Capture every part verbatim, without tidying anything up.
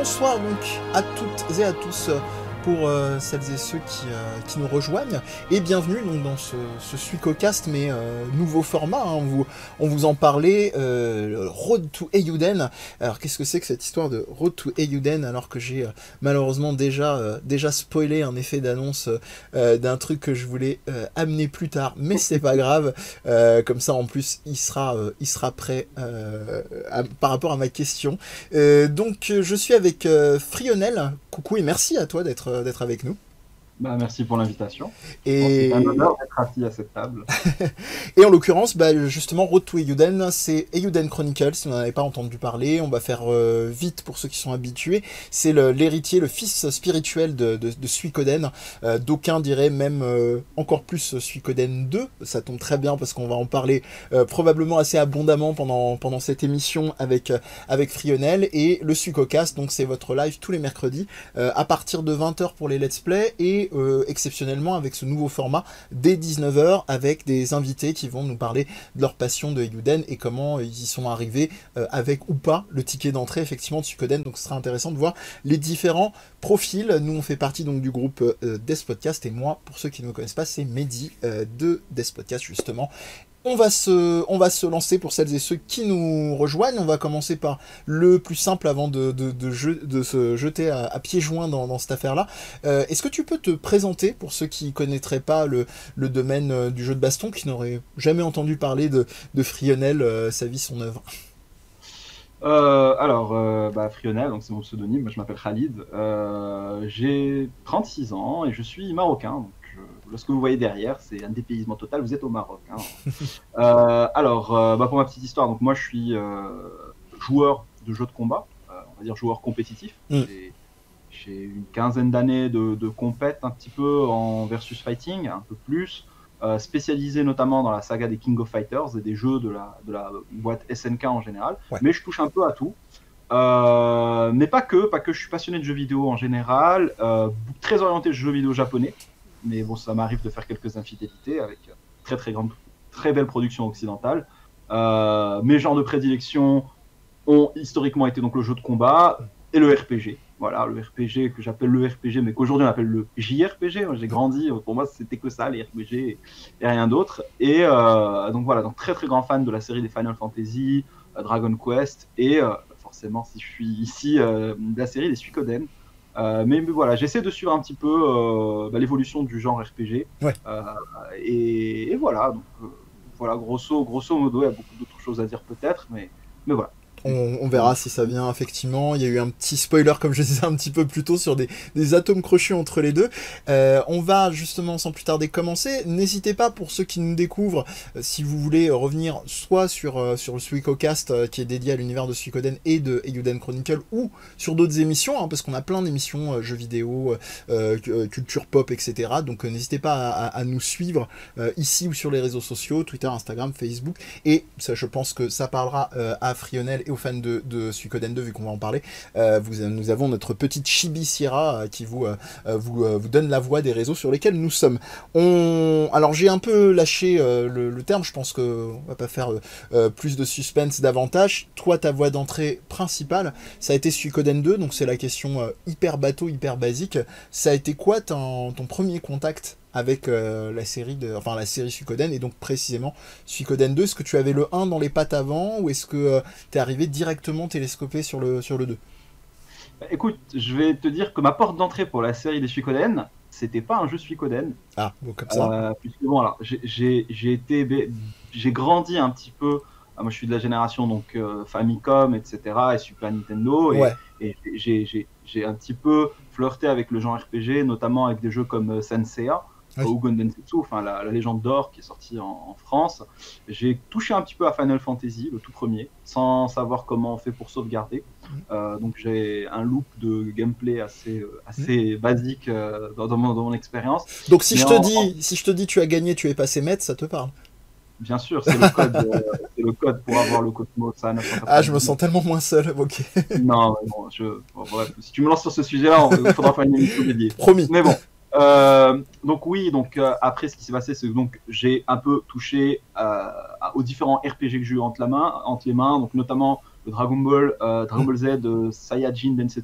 bonsoir donc à toutes et à tous pour euh, celles et ceux qui, euh, qui nous rejoignent et bienvenue donc dans ce, ce Suikocast mais euh, nouveau format, hein. on, vous, on vous en parlait, euh, Road to Eiyuden. Alors qu'est-ce que c'est que cette histoire de Road to Eiyuden alors que j'ai euh, malheureusement déjà, euh, déjà spoilé un effet d'annonce euh, d'un truc que je voulais euh, amener plus tard, mais c'est pas grave, euh, comme ça en plus il sera, euh, il sera prêt euh, à, par rapport à ma question. Euh, donc je suis avec euh, Frionel, coucou et merci à toi d'être d'être avec nous. Bah, merci pour l'invitation. Et... C'est un honneur d'être assis à cette table. et en l'occurrence, bah, justement, Road to Eiyuden, c'est Eiyuden Chronicles, si vous n'en avez pas entendu parler, on va faire euh, vite pour ceux qui sont habitués. C'est l'héritier, le, le fils spirituel de, de, de Suikoden. Euh, D'aucuns diraient même euh, encore plus Suikoden deux, ça tombe très bien parce qu'on va en parler euh, probablement assez abondamment pendant, pendant cette émission avec, euh, avec Frionel. Et le Suikocast, donc c'est votre live tous les mercredis, euh, à partir de vingt heures pour les let's play, et Euh, exceptionnellement avec ce nouveau format dès dix-neuf heures avec des invités qui vont nous parler de leur passion de Eiyuden et comment ils y sont arrivés euh, avec ou pas le ticket d'entrée effectivement de Suikoden. Donc ce sera intéressant de voir les différents profils. Nous on fait partie donc du groupe euh, Death Podcast et moi, pour ceux qui ne me connaissent pas, c'est Mehdi euh, de Death Podcast justement. On va, se, on va se lancer pour celles et ceux qui nous rejoignent. On va commencer par le plus simple avant de, de, de, jeu, de se jeter à, à pieds joints dans, dans cette affaire-là. Euh, Est-ce que tu peux te présenter pour ceux qui ne connaîtraient pas le, le domaine du jeu de baston, qui n'auraient jamais entendu parler de, de Frionel, euh, sa vie, son œuvre? euh, Alors, euh, bah, Frionel, c'est mon pseudonyme, moi je m'appelle Khalid. Euh, J'ai trente-six ans et je suis marocain. Donc lorsque vous voyez derrière, c'est un dépaysement total, vous êtes au Maroc. Hein. euh, alors, euh, bah, pour ma petite histoire, donc moi je suis euh, joueur de jeux de combat, euh, on va dire joueur compétitif. Mm. J'ai une quinzaine d'années de, de compète un petit peu en versus fighting, un peu plus, euh, spécialisé notamment dans la saga des King of Fighters et des jeux de la, de la boîte S N K en général, ouais. Mais je touche un peu à tout. Euh, mais pas que, pas que, je suis passionné de jeux vidéo en général, euh, très orienté jeux vidéo japonais. Mais bon, ça m'arrive de faire quelques infidélités avec très très grande, très belle production occidentale. Euh, mes genres de prédilection ont historiquement été donc le jeu de combat et le R P G. Voilà, le R P G que j'appelle le R P G, mais qu'aujourd'hui on appelle le J R P G. J'ai grandi, pour moi c'était que ça, les R P G et, et rien d'autre. Et euh, donc voilà, donc très très grand fan de la série des Final Fantasy, euh, Dragon Quest et euh, forcément si je suis ici euh, de la série des Suikoden. Euh, mais, mais voilà, j'essaie de suivre un petit peu euh, bah, l'évolution du genre R P G. Ouais. Euh, et, et voilà, donc euh, voilà, grosso, grosso modo, il y a beaucoup d'autres choses à dire peut-être, mais, mais voilà. On, on verra si ça vient effectivement. Il y a eu un petit spoiler, comme je disais un petit peu plus tôt, sur des, des atomes crochus entre les deux. Euh, on va justement sans plus tarder commencer. N'hésitez pas, pour ceux qui nous découvrent, euh, si vous voulez revenir soit sur, euh, sur le Suikocast euh, qui est dédié à l'univers de Suikoden et de Eiyuden Chronicle, ou sur d'autres émissions, hein, parce qu'on a plein d'émissions euh, jeux vidéo, euh, euh, culture pop, et cetera. Donc euh, n'hésitez pas à, à, à nous suivre euh, ici ou sur les réseaux sociaux, Twitter, Instagram, Facebook. Et ça, je pense que ça parlera euh, à Frionel et aux fans de, de Suikoden deux, vu qu'on va en parler. Euh, vous, nous avons notre petite Chibi Sierra euh, qui vous, euh, vous, euh, vous donne la voix des réseaux sur lesquels nous sommes. On... Alors j'ai un peu lâché euh, le, le terme, je pense qu'on va pas faire euh, plus de suspense davantage. Toi, ta voix d'entrée principale, ça a été Suikoden deux, donc c'est la question euh, hyper bateau, hyper basique. Ça a été quoi ton, ton premier contact avec euh, la série de, enfin la série Suikoden, et donc précisément Suikoden deux? Est-ce que tu avais le un dans les pattes avant, ou est-ce que euh, t'es arrivé directement télescopé sur le, sur le deux? Bah, écoute, je vais te dire que ma porte d'entrée pour la série des Suikoden, c'était pas un jeu Suikoden. Ah, bon, comme ça. Euh, puisque bon, alors, j'ai été, j'ai grandi un petit peu. Moi, je suis de la génération donc euh, Famicom, et cetera, et Super Nintendo, et, ouais. et j'ai un petit peu flirté avec le genre R P G, notamment avec des jeux comme euh, Senseiya. Oui. Ou Densetsu, enfin la, la légende d'or qui est sortie en, en France. J'ai touché un petit peu à Final Fantasy, le tout premier, sans savoir comment on fait pour sauvegarder. Mmh. Euh, donc j'ai un loop de gameplay assez, assez mmh. basique euh, dans, dans mon, dans mon expérience. Donc si je, te en, dis, en... si je te dis tu as gagné, tu es passé maître, ça te parle? Bien sûr, c'est le code, euh, c'est le code pour avoir le Cosmos. Ça, ah, je me sens tellement moins seul. Ok. Non, non je, bon, bref, si tu me lances sur ce sujet-là, il faudra faire une émission dédiée. Promis. Mais bon. Euh, donc oui, donc euh, après ce qui s'est passé, c'est que donc j'ai un peu touché euh, aux différents R P G que j'ai eu entre la main, entre les mains, donc notamment le Dragon Ball, euh, Dragon Ball Z, euh, Saiyajin Densetsu,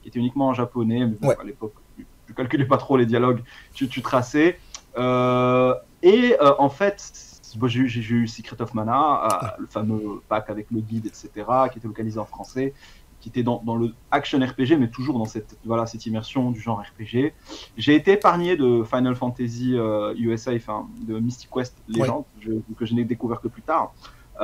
qui était uniquement en japonais, mais bon, Ouais. à l'époque, tu, tu calculais pas trop les dialogues, tu, tu traçais. Euh, et euh, en fait, bon, j'ai eu- j'ai eu Secret of Mana, euh, le fameux pack avec le guide, et cetera, qui était localisé en français, qui était dans, dans le action R P G, mais toujours dans cette, voilà, cette immersion du genre R P G. J'ai été épargné de Final Fantasy euh, U S A, enfin de Mystic Quest Legend, je- que je n'ai découvert que plus tard.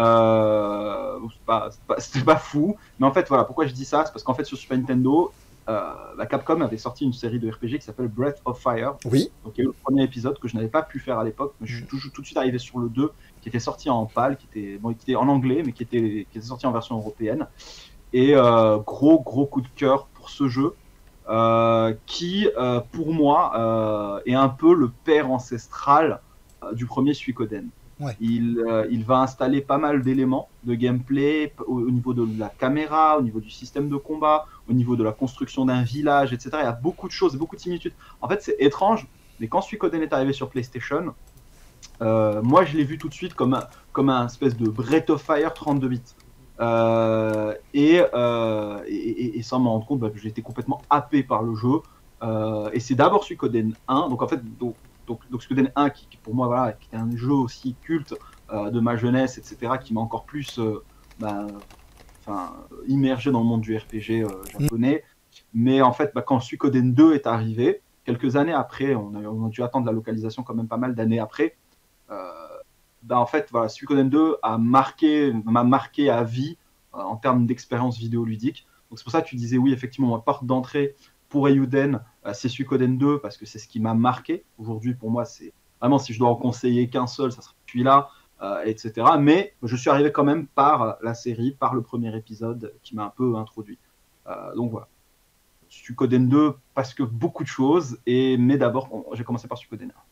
Euh, c'est pas, c'est pas- c'était pas fou, mais en fait, voilà, pourquoi je dis ça, c'est parce qu'en fait, sur Super Nintendo, euh, la Capcom avait sorti une série de R P G qui s'appelle Breath of Fire. Oui. Donc il y a eu le premier épisode que je n'avais pas pu faire à l'époque, mais je suis Mm. tout, tout de suite arrivé sur le deux, qui était sorti en PAL, qui était, bon, qui était en anglais, mais qui était, qui était sorti en version européenne. Et euh, gros, gros coup de cœur pour ce jeu, euh, qui, euh, pour moi, euh, est un peu le père ancestral euh, du premier Suikoden. Ouais. Il, euh, il va installer pas mal d'éléments de gameplay au, au niveau de la caméra, au niveau du système de combat, au niveau de la construction d'un village, et cetera. Il y a beaucoup de choses, beaucoup de similitudes. En fait, c'est étrange, mais quand Suikoden est arrivé sur PlayStation, euh, moi, je l'ai vu tout de suite comme un, comme un espèce de Breath of Fire trente-deux bits. Euh, et, euh, et, et, et sans m'en rendre compte, bah, j'ai été complètement happé par le jeu. Euh, et c'est d'abord Suikoden un. Donc en fait, donc, donc, donc Suikoden un, qui, qui pour moi, voilà, qui était un jeu aussi culte euh, de ma jeunesse, et cetera, qui m'a encore plus euh, bah, enfin, immergé dans le monde du R P G euh, japonais. Mais en fait, bah, quand Suikoden deux est arrivé, quelques années après, on a, on a dû attendre la localisation quand même pas mal d'années après. Euh, bah, en fait, voilà, Suikoden deux a marqué, m'a marqué à vie euh, en termes d'expérience vidéoludique. Donc c'est pour ça que tu disais oui, effectivement, ma porte d'entrée pour Eiyuden, euh, c'est Suikoden deux parce que c'est ce qui m'a marqué. Aujourd'hui, pour moi, c'est vraiment si je dois en conseiller qu'un seul, ça serait celui-là, euh, et cetera. Mais je suis arrivé quand même par la série, par le premier épisode qui m'a un peu introduit. Euh, donc voilà. Suikoden deux parce que beaucoup de choses, et mais d'abord, bon, j'ai commencé par Suikoden un.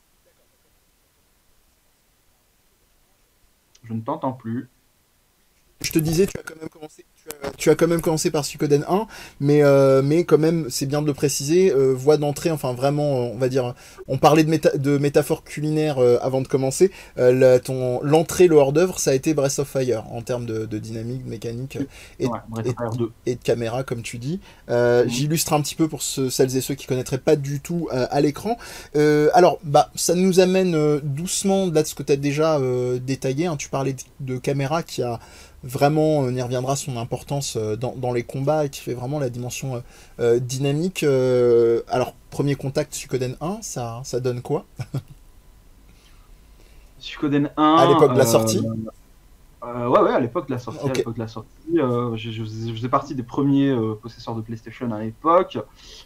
Je ne t'entends plus. Je te disais, tu as quand même commencé, tu as, tu as quand même commencé par Suikoden un, mais, euh, mais quand même, c'est bien de le préciser, euh, voie d'entrée, enfin vraiment, euh, on va dire, on parlait de, méta de métaphore culinaire euh, avant de commencer, euh, la, ton, l'entrée, le hors-d'œuvre, ça a été Breath of Fire, en termes de, de dynamique, de mécanique, euh, et, Ouais, Breath et, of Fire deux. et de caméra, comme tu dis. Euh, mmh. J'illustre un petit peu pour ceux, celles et ceux qui connaîtraient pas du tout euh, à l'écran. Euh, alors, bah, ça nous amène euh, doucement, là, de ce que tu as déjà euh, détaillé, hein, tu parlais de, de caméra qui a vraiment, on y reviendra, son importance euh, dans, dans les combats et qui fait vraiment la dimension euh, euh, dynamique. Euh, alors, premier contact Suikoden un, ça, ça donne quoi? Suikoden un... À l'époque de la sortie euh, euh, Ouais, ouais, à l'époque de la sortie. Okay. À l'époque de la sortie euh, je, je, je faisais partie des premiers euh, possesseurs de PlayStation à l'époque.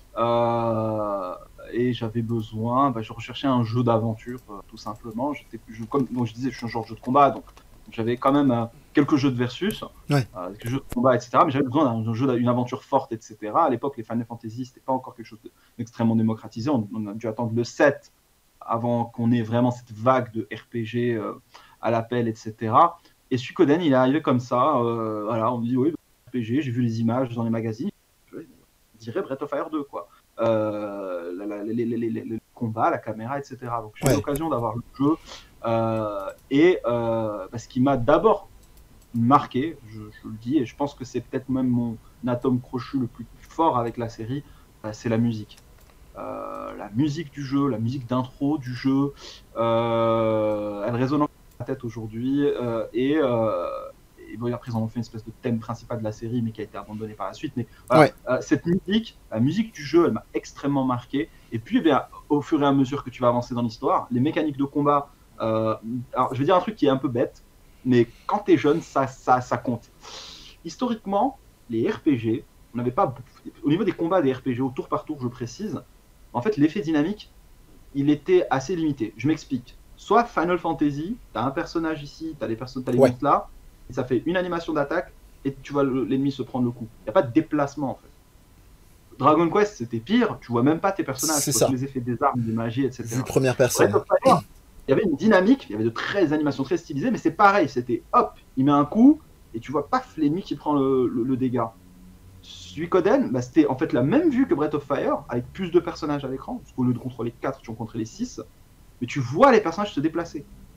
Euh, et j'avais besoin, bah, je recherchais un jeu d'aventure, euh, tout simplement. J'étais, je, comme donc, je disais, je suis un genre de jeu de combat, donc j'avais quand même euh, quelques jeux de versus, ouais. euh, quelques jeux de combat, et cetera. Mais j'avais besoin d'un jeu, d'une aventure forte, et cetera. À l'époque, les Final Fantasy, c'était pas encore quelque chose d'extrêmement démocratisé. On, on a dû attendre le sept avant qu'on ait vraiment cette vague de R P G euh, à l'appel, et cetera. Et Suikoden, il est arrivé comme ça. Euh, voilà, on me dit, oui, R P G, j'ai vu les images dans les magazines. Je dirais Breath of Fire deux, quoi. Euh, la, la, les, les, les, les combats, la caméra, et cetera. Donc j'ai eu ouais. l'occasion d'avoir le jeu. Euh, et euh, bah, ce qui m'a d'abord marqué, je, je le dis, et je pense que c'est peut-être même mon atome crochu le plus fort avec la série, euh, c'est la musique. Euh, la musique du jeu, la musique d'intro du jeu, euh, elle résonne dans ma tête aujourd'hui. Euh, et, euh, et bon, après, ils en ont fait une espèce de thème principal de la série, mais qui a été abandonné par la suite. Mais voilà, ouais. euh, cette musique, la musique du jeu, elle m'a extrêmement marqué. Et puis, eh bien, au fur et à mesure que tu vas avancer dans l'histoire, les mécaniques de combat. Euh, alors, je vais dire un truc qui est un peu bête, mais quand t'es jeune, ça, ça, ça compte. Historiquement, les R P G, on n'avait pas, au niveau des combats des R P G au tour par tour, je précise, en fait, l'effet dynamique, il était assez limité. Je m'explique. Soit Final Fantasy, t'as un personnage ici, t'as les personnes, t'as les ouais. monstres là, et ça fait une animation d'attaque, et tu vois l'ennemi se prendre le coup. Il n'y a pas de déplacement, en fait. Dragon Quest, c'était pire, tu vois même pas tes personnages, tu vois les effets des armes, des magies, et cetera. Vu première personne. Il y avait une dynamique, il y avait de très animations très stylisées, mais c'est pareil, c'était hop, il met un coup, et tu vois paf, l'ennemi qui prend le, le, le dégât. Suikoden, bah, c'était en fait la même vue que Breath of Fire, avec plus de personnages à l'écran, parce qu'au lieu de contrôler quatre, tu en contrôlais six, mais tu vois les personnages se déplacer.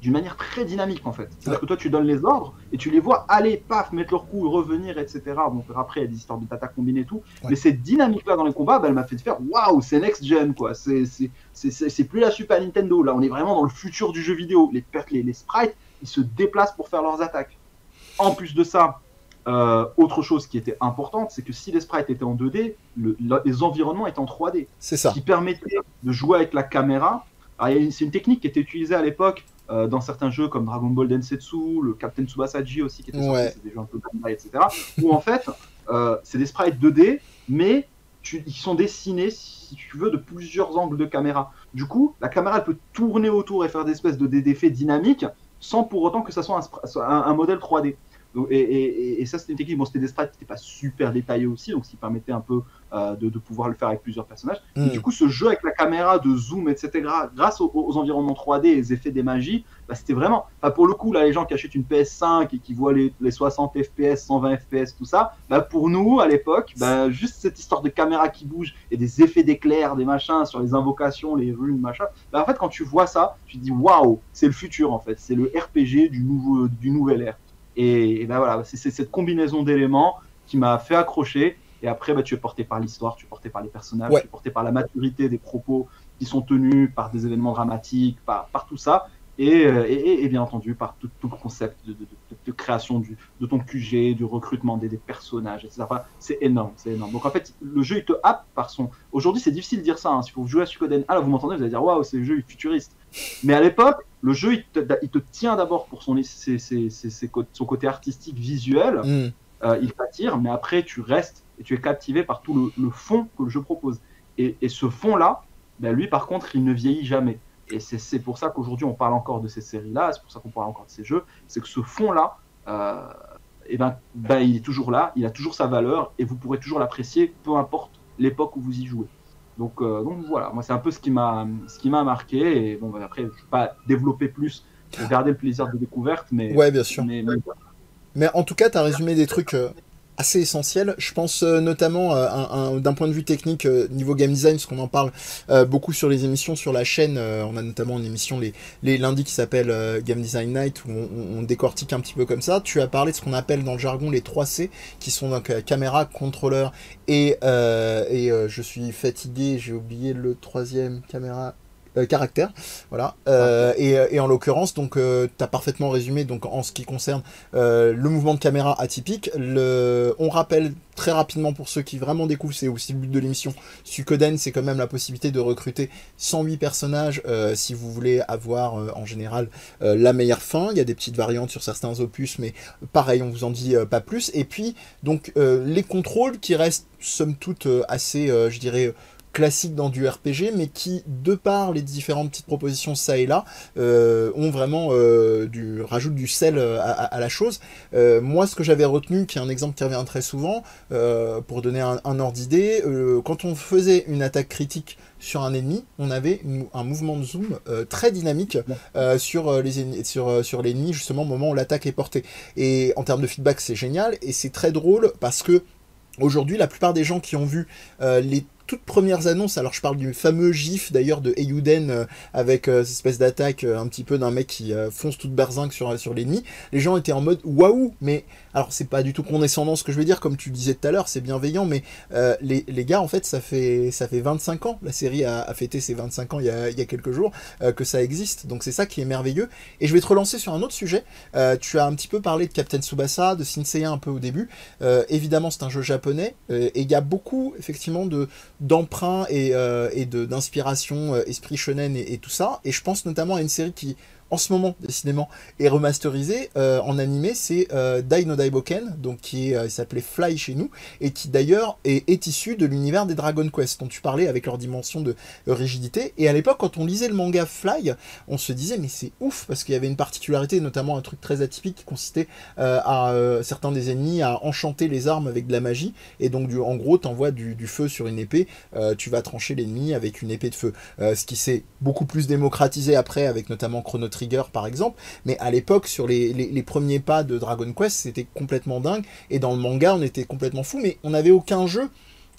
d'une manière très dynamique en fait. C'est-à-dire que toi tu donnes les ordres et tu les vois aller, paf, mettre leur coup, revenir, et cetera. Donc après il y a des histoires de tata combinée et tout. Ouais. Mais cette dynamique-là dans les combats, bah, elle m'a fait faire waouh, c'est next gen quoi. C'est, c'est, c'est, c'est, c'est plus la Super Nintendo. Là on est vraiment dans le futur du jeu vidéo. Les, les, les sprites, ils se déplacent pour faire leurs attaques. En plus de ça, euh, autre chose qui était importante, c'est que si les sprites étaient en deux D, le, le, les environnements étaient en trois D. C'est ça. Ce qui permettait de jouer avec la caméra. Alors, c'est une technique qui était utilisée à l'époque euh, dans certains jeux comme Dragon Ball Densetsu, le Captain Tsubasa J aussi qui était sorti, ouais. c'est des jeux un peu Bandai, et cetera. Où en fait, euh, c'est des sprites deux D, mais tu, ils sont dessinés, si tu veux, de plusieurs angles de caméra. Du coup, la caméra elle peut tourner autour et faire des espèces de d'effets dynamiques sans pour autant que ça soit un, un, un modèle trois D. Donc, et, et, et ça, c'était une technique. Bon, c'était des sprites qui n'étaient pas super détaillés aussi, donc ce qui permettait un peu euh, de, de pouvoir le faire avec plusieurs personnages. Mm. Et du coup, ce jeu avec la caméra de zoom, et cetera, grâce aux, aux environnements trois D et les effets des magies, bah, c'était vraiment. Bah, pour le coup, là, les gens qui achètent une P S cinq et qui voient les, les soixante F P S, cent vingt F P S, tout ça, bah, pour nous, à l'époque, bah, juste cette histoire de caméra qui bouge et des effets d'éclairs, des machins sur les invocations, les runes, machin. Bah, en fait, quand tu vois ça, tu te dis waouh, c'est le futur en fait, c'est le R P G du nouveau, du nouvel ère. Et, et ben voilà, c'est, c'est cette combinaison d'éléments qui m'a fait accrocher. Et après, bah, tu es porté par l'histoire, tu es porté par les personnages, ouais. tu es porté par la maturité des propos qui sont tenus, par des événements dramatiques, par, par tout ça. Et, et, et bien entendu, par tout, tout le concept de, de, de, de création du, de ton Q G, du recrutement des, des personnages, et cetera. Enfin, c'est énorme, c'est énorme. Donc en fait, le jeu, il te happe par son... Aujourd'hui, c'est difficile de dire ça. Hein. Si vous jouez à Suikoden, ah là, vous m'entendez, vous allez dire, waouh, c'est le jeu futuriste. Mais à l'époque, le jeu, il te, il te tient d'abord pour son, ses, ses, ses, ses, son côté artistique, visuel. Mm. Euh, il t'attire, mais après, tu restes et tu es captivé par tout le, le fond que le jeu propose. Et, et ce fond-là, ben lui, par contre, il ne vieillit jamais. Et c'est, c'est pour ça qu'aujourd'hui, on parle encore de ces séries-là, c'est pour ça qu'on parle encore de ces jeux. C'est que ce fond-là, euh, eh ben, ben, il est toujours là, il a toujours sa valeur, et vous pourrez toujours l'apprécier, peu importe l'époque où vous y jouez. Donc, euh, donc voilà, moi c'est un peu ce qui m'a, ce qui m'a marqué. Et bon, ben, après, je ne vais pas développer plus pour garder le plaisir de découverte, mais. Ouais, bien sûr. Mais, mais... mais en tout cas, tu as résumé des trucs euh, assez essentiels. Je pense euh, notamment euh, un, un, d'un point de vue technique, euh, niveau game design, parce qu'on en parle euh, beaucoup sur les émissions sur la chaîne. Euh, on a notamment une émission les, les lundis qui s'appelle euh, Game Design Night, où on, on décortique un petit peu comme ça. Tu as parlé de ce qu'on appelle dans le jargon les trois C, qui sont donc euh, caméra, contrôleur et, euh, et euh, je suis fatigué, j'ai oublié le troisième, caméra... Euh, caractère, voilà. Euh, et, et en l'occurrence, donc, euh, tu as parfaitement résumé. Donc, en ce qui concerne euh, le mouvement de caméra atypique, le... on rappelle très rapidement pour ceux qui vraiment découvrent, c'est aussi le but de l'émission. Suikoden, c'est quand même la possibilité de recruter cent huit personnages euh, si vous voulez avoir euh, en général euh, la meilleure fin. Il y a des petites variantes sur certains opus, mais pareil, on vous en dit euh, pas plus. Et puis, donc, euh, les contrôles qui restent somme toute euh, assez, euh, je dirais, classique dans du R P G, mais qui, de par les différentes petites propositions ça et là, euh, ont vraiment euh, du, rajoutent du sel à, à, à la chose. Euh, moi, ce que j'avais retenu, qui est un exemple qui revient très souvent, euh, pour donner un, un ordre d'idée, euh, quand on faisait une attaque critique sur un ennemi, on avait une, un mouvement de zoom euh, très dynamique euh, sur, les ennemis, sur, sur l'ennemi, justement, au moment où l'attaque est portée. Et en termes de feedback, c'est génial, et c'est très drôle, parce que aujourd'hui, la plupart des gens qui ont vu euh, les toutes premières annonces, alors je parle du fameux gif d'ailleurs de Eiyuden euh, avec euh, cette espèce d'attaque euh, un petit peu d'un mec qui euh, fonce toute berzingue sur, sur l'ennemi, les gens étaient en mode waouh, mais alors c'est pas du tout condescendant ce que je veux dire, comme tu disais tout à l'heure, c'est bienveillant, mais euh, les, les gars en fait ça fait, ça fait vingt-cinq ans, la série a, a fêté ses vingt-cinq ans il y a, il y a quelques jours, euh, que ça existe, donc c'est ça qui est merveilleux. Et je vais te relancer sur un autre sujet, euh, tu as un petit peu parlé de Captain Tsubasa, de Saint Seiya un peu au début, euh, évidemment c'est un jeu japonais, euh, et il y a beaucoup effectivement de d'emprunt et, euh, et de, d'inspiration euh, esprit shonen et, et tout ça, et je pense notamment à une série qui en ce moment décidément est remasterisée euh, en animé, c'est euh, Dai no Daiboken, donc qui est, euh, s'appelait Fly chez nous, et qui d'ailleurs est, est issu de l'univers des Dragon Quest dont tu parlais avec leur dimension de euh, rigidité. Et à l'époque, quand on lisait le manga Fly, on se disait mais c'est ouf, parce qu'il y avait une particularité, notamment un truc très atypique qui consistait euh, à euh, certains des ennemis à enchanter les armes avec de la magie, et donc du, en gros t'envoies du, du feu sur une épée, euh, tu vas trancher l'ennemi avec une épée de feu, euh, ce qui s'est beaucoup plus démocratisé après avec notamment Chrono Trigger par exemple, mais à l'époque sur les, les, les premiers pas de Dragon Quest c'était complètement dingue, et dans le manga on était complètement fou, mais on n'avait aucun jeu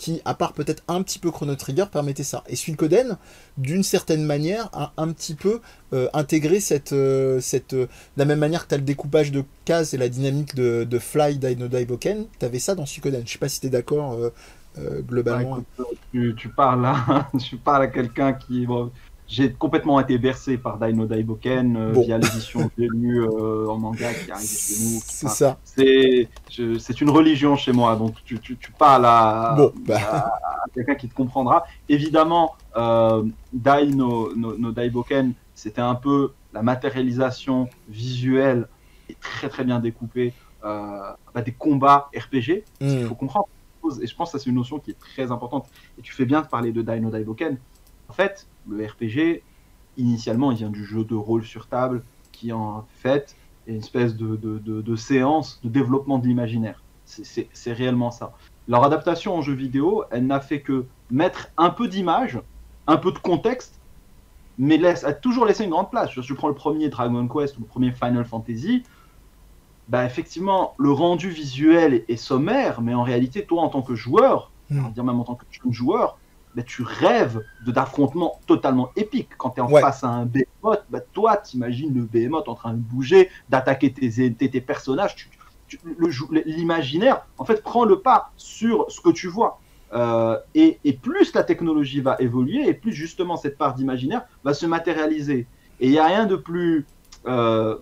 qui, à part peut-être un petit peu Chrono Trigger, permettait ça. Et Suikoden, d'une certaine manière, a un petit peu euh, intégré cette... Euh, cette euh, de la même manière que tu as le découpage de cases et la dynamique de, de Fly Dino Daiboken, tu avais ça dans Suikoden. Je sais pas si tu es d'accord euh, euh, globalement. Ouais, écoute, tu, tu parles à, tu parles à quelqu'un qui... Bon, j'ai complètement été bercé par Dino Daiboken euh, Bon. via l'édition que j'ai lue euh, en manga qui arrive chez nous. C'est Enfin, ça. C'est, je, c'est une religion chez moi, donc tu, tu, tu parles à, Bon, bah. à, à quelqu'un qui te comprendra. Évidemment, euh, Dino no, no Daiboken, c'était un peu la matérialisation visuelle et très très bien découpée euh, bah, des combats R P G. Mm. Il faut comprendre, et je pense que ça c'est une notion qui est très importante, et tu fais bien de parler de Dino Daiboken. En fait, le R P G, initialement, il vient du jeu de rôle sur table, qui en fait est une espèce de, de, de, de séance de développement de l'imaginaire. C'est, c'est, c'est réellement ça. Leur adaptation en jeu vidéo, elle n'a fait que mettre un peu d'image, un peu de contexte, mais laisse, a toujours laissé une grande place. Je, je prends le premier Dragon Quest ou le premier Final Fantasy, bah effectivement, le rendu visuel est, est sommaire, mais en réalité, toi, en tant que joueur, Mm. on va dire même en tant que jeune joueur, bah, tu rêves de d'affrontements totalement épiques. Quand tu es en Ouais. face à un behemoth, bah, toi, t'imagines le behemoth en train de bouger, d'attaquer tes, tes, tes personnages. Tu, tu, le, l'imaginaire, en fait, prend le pas sur ce que tu vois. Euh, et, et plus la technologie va évoluer, et plus justement cette part d'imaginaire va se matérialiser. Et il n'y a rien de plus... Euh,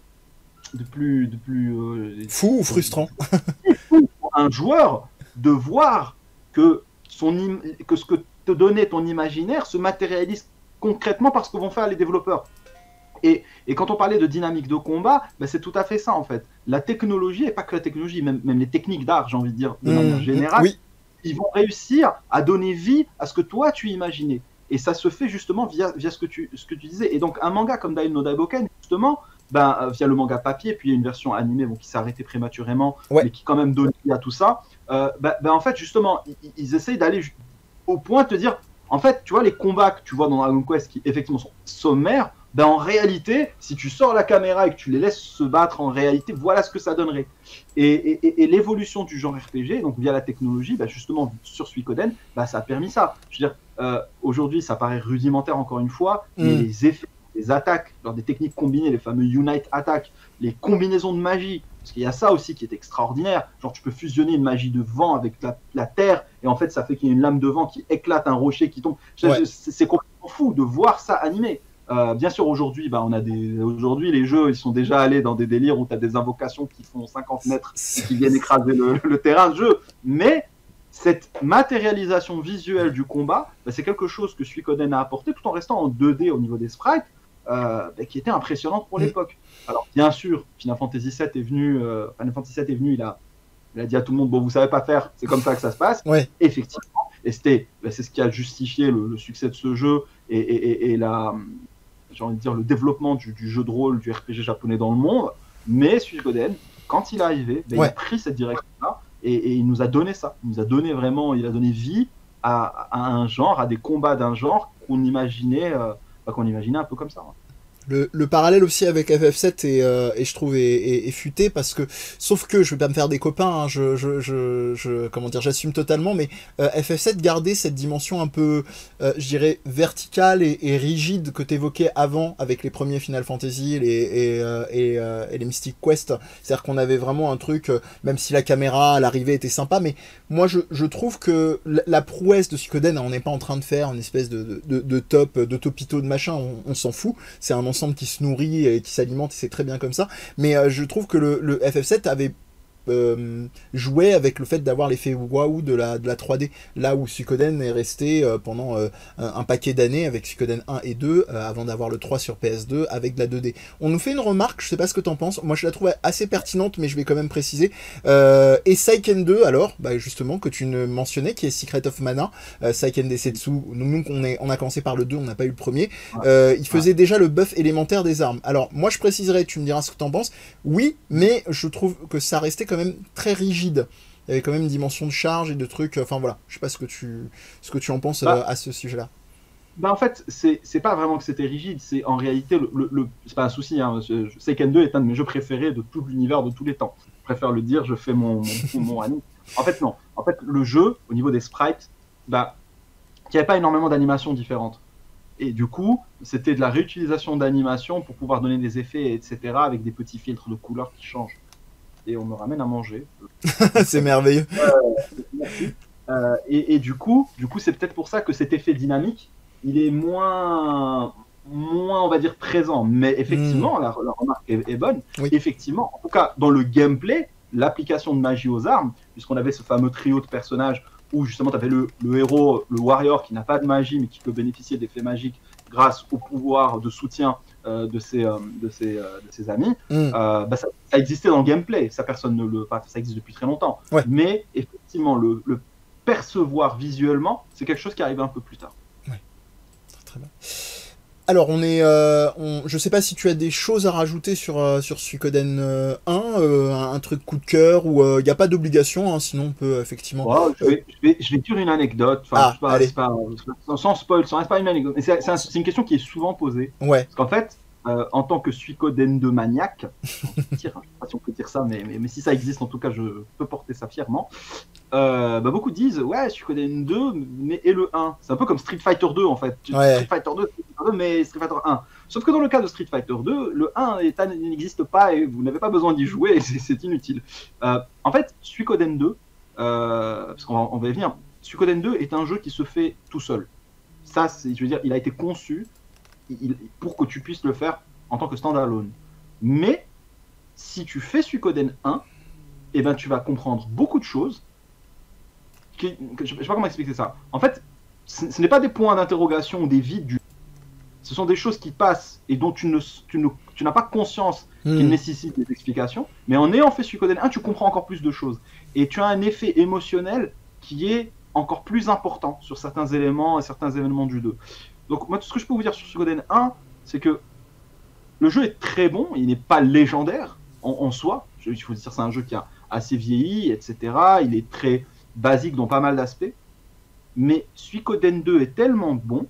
de plus... De plus euh, Fou ou frustrant. Fou pour un joueur de voir que Son im... que ce que te donnait ton imaginaire se matérialise concrètement par ce que vont faire les développeurs. Et, et quand on parlait de dynamique de combat, ben c'est tout à fait ça en fait. La technologie, et pas que la technologie, même, même les techniques d'art, j'ai envie de dire de mmh, manière générale, oui. Ils vont réussir à donner vie à ce que toi tu imaginais. Et ça se fait justement via, via ce, que tu, ce que tu disais. Et donc un manga comme Dino Daiboken, justement, ben, via le manga papier, puis il y a une version animée bon, qui s'est arrêtée prématurément, ouais. mais qui quand même donne vie à tout ça, euh, ben, ben, en fait justement, ils, ils essayent d'aller au point de te dire, en fait, tu vois, les combats que tu vois dans Dragon Quest qui effectivement sont sommaires, ben en réalité, si tu sors la caméra et que tu les laisses se battre en réalité, voilà ce que ça donnerait. Et, et, et l'évolution du genre R P G, donc via la technologie, ben justement sur Suikoden, ben ça a permis ça. Je veux dire, euh, aujourd'hui, ça paraît rudimentaire encore une fois, mm. mais les effets, les attaques, lors des techniques combinées, les fameux Unite Attack, les combinaisons de magie, parce qu'il y a ça aussi qui est extraordinaire. Genre, tu peux fusionner une magie de vent avec la, la terre, et en fait, ça fait qu'il y a une lame de vent qui éclate un rocher qui tombe. Ouais. C'est, c'est complètement fou de voir ça animé. Euh, bien sûr, aujourd'hui, bah, on a des... aujourd'hui, les jeux, ils sont déjà allés dans des délires où tu as des invocations qui font cinquante mètres et qui viennent écraser le, le terrain de jeu. Mais cette matérialisation visuelle du combat, bah, c'est quelque chose que Suikoden a apporté tout en restant en deux D au niveau des sprites, euh, bah, qui était impressionnante pour mmh. l'époque. Alors, bien sûr, Final Fantasy sept est venu, euh, Final Fantasy sept est venu, il a, il a dit à tout le monde, bon, vous savez pas faire, c'est comme ça que ça se passe. Ouais. Effectivement. Et c'était, bah, c'est ce qui a justifié le, le succès de ce jeu et, et, et, et la. j'ai envie de dire, le développement du, du jeu de rôle, du R P G japonais dans le monde. Mais Suikoden, quand il est arrivé, ben, ouais. il a pris cette direction-là et, et il nous a donné ça. Il nous a donné vraiment, il a donné vie à, à un genre, à des combats d'un genre qu'on imaginait, euh, qu'on imaginait un peu comme ça. Hein. Le, le parallèle aussi avec F F sept est, euh, et je trouve est, est, est futé parce que sauf que je vais pas me faire des copains, hein, je, je, je, je comment dire, j'assume totalement, mais euh, F F sept gardait cette dimension un peu, euh, je dirais verticale et, et rigide que t'évoquais avant avec les premiers Final Fantasy les, et, euh, et, euh, et les Mystic Quest. C'est-à-dire qu'on avait vraiment un truc, euh, même si la caméra à l'arrivée était sympa, mais moi je, je trouve que la, la prouesse de Suikoden, on n'est pas en train de faire une espèce de, de, de top, de topito de machin, on, on s'en fout, c'est un ensemble qui se nourrit et qui s'alimente et c'est très bien comme ça, mais euh, je trouve que le, le F F sept avait euh, joué avec le fait d'avoir l'effet waouh de la, de la trois D, là où Suikoden est resté euh, pendant euh, un, un paquet d'années avec Suikoden un et deux euh, avant d'avoir le trois sur P S deux avec de la deux D. On nous fait une remarque, je sais pas ce que t'en penses, moi je la trouve assez pertinente mais je vais quand même préciser, euh, et Seiken deux alors, bah justement que tu ne mentionnais, qui est Secret of Mana, euh, Seiken Densetsu, nous, nous on, est, on a commencé par le deux, on n'a pas eu le premier, euh, il faisait déjà le buff élémentaire des armes. Alors moi je préciserai, tu me diras ce que t'en penses, oui, mais je trouve que ça restait quand même très rigide. Il y avait quand même une dimension de charge et de trucs. Enfin voilà, je sais pas ce que tu, ce que tu en penses bah, euh, à ce sujet-là. Bah en fait, c'est, c'est pas vraiment que c'était rigide, c'est en réalité, le, le, le, c'est pas un souci. Hein, Seiken deux est un de mes jeux préférés de tout l'univers de tous les temps. Je préfère le dire, je fais mon, mon, mon anime. En fait, non. En fait, le jeu, au niveau des sprites, bah, il n'y avait pas énormément d'animations différentes. Et du coup, c'était de la réutilisation d'animations pour pouvoir donner des effets, et cetera, avec des petits filtres de couleurs qui changent. Et on me ramène à manger. C'est merveilleux. Euh, merci. Euh, et, et du coup, du coup, c'est peut-être pour ça que cet effet dynamique, il est moins, moins, on va dire, présent. Mais effectivement, Mm. la, la remarque est, est bonne. Oui. Effectivement, en tout cas, dans le gameplay, l'application de magie aux armes, puisqu'on avait ce fameux trio de personnages où justement tu avais le, le héros, le warrior qui n'a pas de magie mais qui peut bénéficier d'effets magiques grâce au pouvoir de soutien euh, de, ses, euh, de, ses, euh, de ses amis, Mm. euh, bah ça, ça existait dans le gameplay, ça personne ne le, enfin, ça existe depuis très longtemps. Ouais. Mais effectivement, le, le percevoir visuellement, c'est quelque chose qui arrive un peu plus tard. Ouais. Très bien. Alors, on est, euh, on, je sais pas si tu as des choses à rajouter sur, euh, sur Suikoden euh, un, euh, un, un truc coup de cœur, ou il euh, n'y a pas d'obligation, hein, sinon on peut effectivement... Oh, je, vais, je, vais, je vais dire une anecdote, enfin, Ah, c'est pas, allez. c'est pas, sans, sans spoil, sans, c'est pas une anecdote, c'est, c'est, un, c'est une question qui est souvent posée. Ouais. Parce qu'en fait, euh, en tant que Suikoden deux maniaque, je ne sais pas si on peut dire ça, mais, mais, mais si ça existe, en tout cas, je peux porter ça fièrement. Euh, bah beaucoup disent, ouais, Suikoden deux, mais et le un. C'est un peu comme Street Fighter deux, en fait. Ouais. Street Fighter deux, Street Fighter deux, mais Street Fighter un. Sauf que dans le cas de Street Fighter deux, le un est, n'existe pas et vous n'avez pas besoin d'y jouer, c'est, c'est inutile. Euh, en fait, Suikoden deux, euh, parce qu'on va, on va y venir, Suikoden deux est un jeu qui se fait tout seul. Ça, c'est, je veux dire, il a été conçu il, pour que tu puisses le faire en tant que standalone. Mais, si tu fais Suikoden un, eh ben, tu vas comprendre beaucoup de choses. Qui, je ne sais pas comment expliquer ça. En fait, ce, ce n'est pas des points d'interrogation ou des vides du... Ce sont des choses qui passent et dont tu, ne, tu, ne, tu n'as pas conscience mmh. qu'ils nécessitent des explications. Mais en ayant fait Suikoden un, tu comprends encore plus de choses. Et tu as un effet émotionnel qui est encore plus important sur certains éléments et certains événements du deux. Donc moi, tout ce que je peux vous dire sur Suikoden un, c'est que le jeu est très bon, il n'est pas légendaire en, en soi. Je, il faut dire c'est un jeu qui a assez vieilli, et cetera. Il est très basique dans pas mal d'aspects. Mais Suikoden deux est tellement bon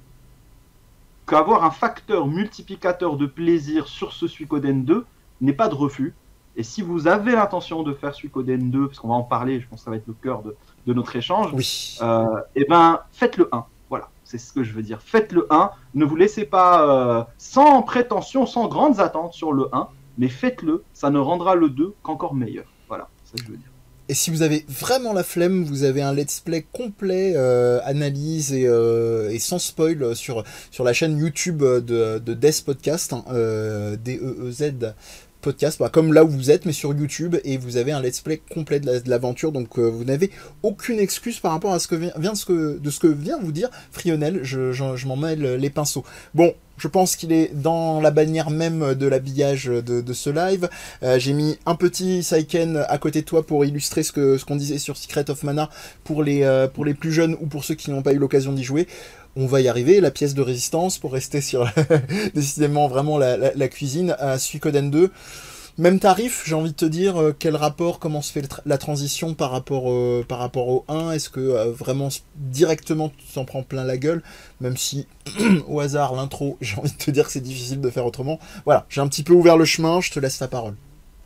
qu'avoir un facteur multiplicateur de plaisir sur ce Suikoden deux n'est pas de refus. Et si vous avez l'intention de faire Suikoden deux, parce qu'on va en parler, je pense que ça va être le cœur de, de notre échange, oui. euh, et ben faites le un. Voilà, c'est ce que je veux dire. Faites le un. Ne vous laissez pas euh, sans prétention, sans grandes attentes sur le un, mais faites-le. Ça ne rendra le deux qu'encore meilleur. Voilà, c'est ce que je veux dire. Et si vous avez vraiment la flemme, vous avez un let's play complet, euh, analyse et, euh, et sans spoil sur, sur la chaîne YouTube de, de Death Podcast, hein, euh, D E E Z Podcast, bah, comme là où vous êtes, mais sur YouTube, et vous avez un let's play complet de, la, de l'aventure, donc euh, vous n'avez aucune excuse par rapport à ce que vient, vient de, ce que, de ce que vient vous dire Frionel, je, je, je m'en mêle les pinceaux. Bon, je pense qu'il est dans la bannière même de l'habillage de, de ce live. Euh, j'ai mis un petit Saiken à côté de toi pour illustrer ce, que, ce qu'on disait sur Secret of Mana pour les, euh, pour les plus jeunes ou pour ceux qui n'ont pas eu l'occasion d'y jouer. On va y arriver, la pièce de résistance pour rester sur décidément vraiment la, la, la cuisine à Suikoden deux. Même tarif, j'ai envie de te dire, euh, quel rapport, comment se fait tra- la transition par rapport, euh, par rapport au un? Est-ce que euh, vraiment directement tu t'en prends plein la gueule? Même si, au hasard, l'intro, j'ai envie de te dire que c'est difficile de faire autrement. Voilà, j'ai un petit peu ouvert le chemin, je te laisse la parole.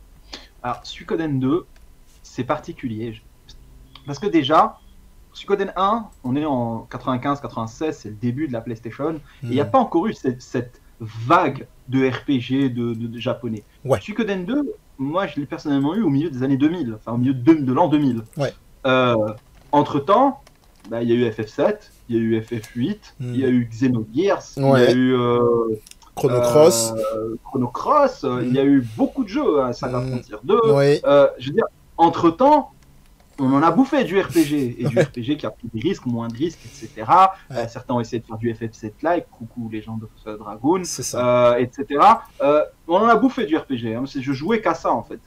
Alors, Suikoden deux, c'est particulier. Parce que déjà, Suikoden un, on est en quatre-vingt-quinze quatre-vingt-seize, c'est le début de la PlayStation, mmh. et il n'y a pas encore eu cette, cette vague de R P G de, de, de japonais. Ouais. Suikoden deux, moi je l'ai personnellement eu au milieu des années deux mille, enfin au milieu de, de l'an deux mille. Ouais. Euh, entre-temps, bah, il y a eu F F sept, il y a eu F F huit, il mmh. y a eu Xenogears, il ouais. y a eu... Euh, Chrono Cross. Euh, Chrono Cross, mmh. il y a eu beaucoup de jeux, hein, Saga mmh. Frontier deux. Ouais. Euh, je veux dire, entre-temps, on en a bouffé du R P G, et du R P G qui a pris des risques, moins de risques, et cetera. Ouais. Euh, certains ont essayé de faire du F F sept-like, coucou Legend of Dragoon, euh, et cetera. Euh, on en a bouffé du R P G, hein. Je jouais qu'à ça en fait.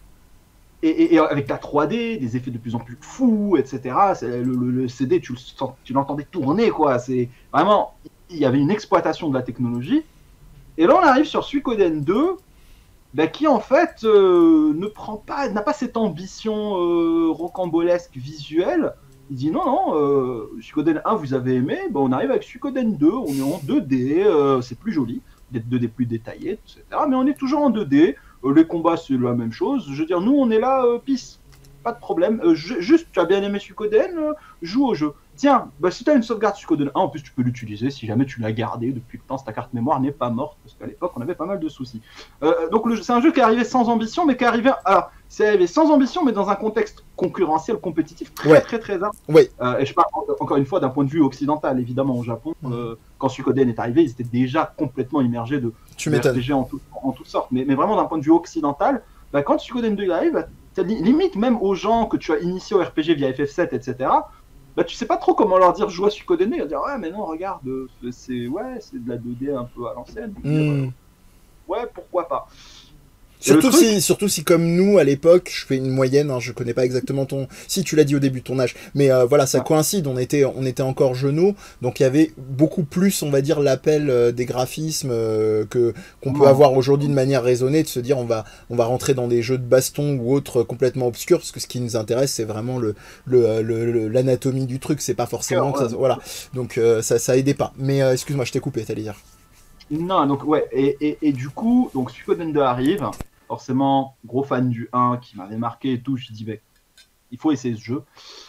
Et, et, et avec la trois D, des effets de plus en plus fous, et cetera. Le, le, le C D, tu, le, tu l'entendais tourner, quoi. C'est vraiment, il y avait une exploitation de la technologie. Et là, on arrive sur Suikoden deux, bah, qui en fait euh, ne prend pas, n'a pas cette ambition euh, rocambolesque visuelle. Il dit non, non, euh, Suikoden un vous avez aimé, bah, on arrive avec Suikoden deux, on est en deux D, euh, c'est plus joli, d'être deux D plus détaillé, et cetera. Mais on est toujours en deux D, euh, les combats c'est la même chose, je veux dire, nous on est là, euh, peace. pas de problème. Euh, ju- juste, tu as bien aimé Suikoden, euh, joue au jeu. Tiens, bah, si tu as une sauvegarde Suikoden un, en plus tu peux l'utiliser si jamais tu l'as gardé depuis le temps, si ta carte mémoire n'est pas morte, parce qu'à l'époque on avait pas mal de soucis. Euh, donc c'est un jeu qui est arrivé sans ambition, mais qui est arrivé... Alors, c'est arrivé sans ambition, mais dans un contexte concurrentiel, compétitif, très ouais. très très, très ouais. euh, Et je parle encore une fois d'un point de vue occidental, évidemment au Japon, mmh. euh, quand Suikoden est arrivé, ils étaient déjà complètement immergés de, tu de R P G en, tout, en toutes sortes. Mais, mais vraiment d'un point de vue occidental, bah, quand Suikoden deux arrive, bah, limite même aux gens que tu as initiés au R P G via F F sept, et cetera, bah, tu sais pas trop comment leur dire joue à Suikoden, ils vont dire ouais mais non regarde, c'est ouais, c'est de la deux D un peu à l'ancienne. Mmh. Euh, ouais, pourquoi pas. Surtout si, surtout si, comme nous, à l'époque, je fais une moyenne, hein, je connais pas exactement ton... Si, tu l'as dit au début de ton âge, mais euh, voilà, ça ouais. coïncide, on était, on était encore jeuneaux, donc il y avait beaucoup plus, on va dire, l'appel euh, des graphismes euh, que qu'on peut avoir aujourd'hui de manière raisonnée, de se dire on va, on va rentrer dans des jeux de baston ou autres complètement obscurs, parce que ce qui nous intéresse, c'est vraiment le, le, le, le, l'anatomie du truc, c'est pas forcément que ça... Voilà, donc euh, ça, ça aidait pas. Mais euh, excuse-moi, je t'ai coupé, t'allais dire. Non, donc ouais, et, et, et du coup, donc Suikoden deux arrive, forcément, gros fan du un qui m'avait marqué et tout, je dis, bah, il faut essayer ce jeu.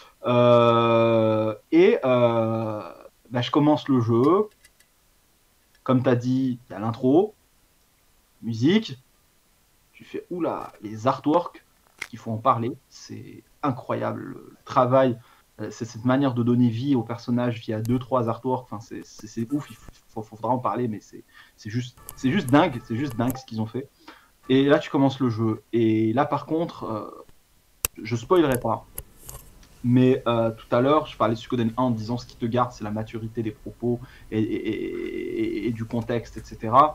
Euh, et euh, bah, je commence le jeu, comme tu as dit, il y a l'intro, musique, tu fais, oula, les artworks, il faut en parler, c'est incroyable, le travail, c'est cette manière de donner vie au personnage via deux trois artworks, enfin, c'est, c'est, c'est ouf, il faut, faut, faudra en parler, mais c'est, c'est, juste, c'est juste dingue, c'est juste dingue ce qu'ils ont fait. Et là, tu commences le jeu. Et là, par contre, euh, je spoilerai pas. Mais euh, tout à l'heure, je parlais de Suikoden un en disant ce qui te garde, c'est la maturité des propos et, et, et, et du contexte, et cetera.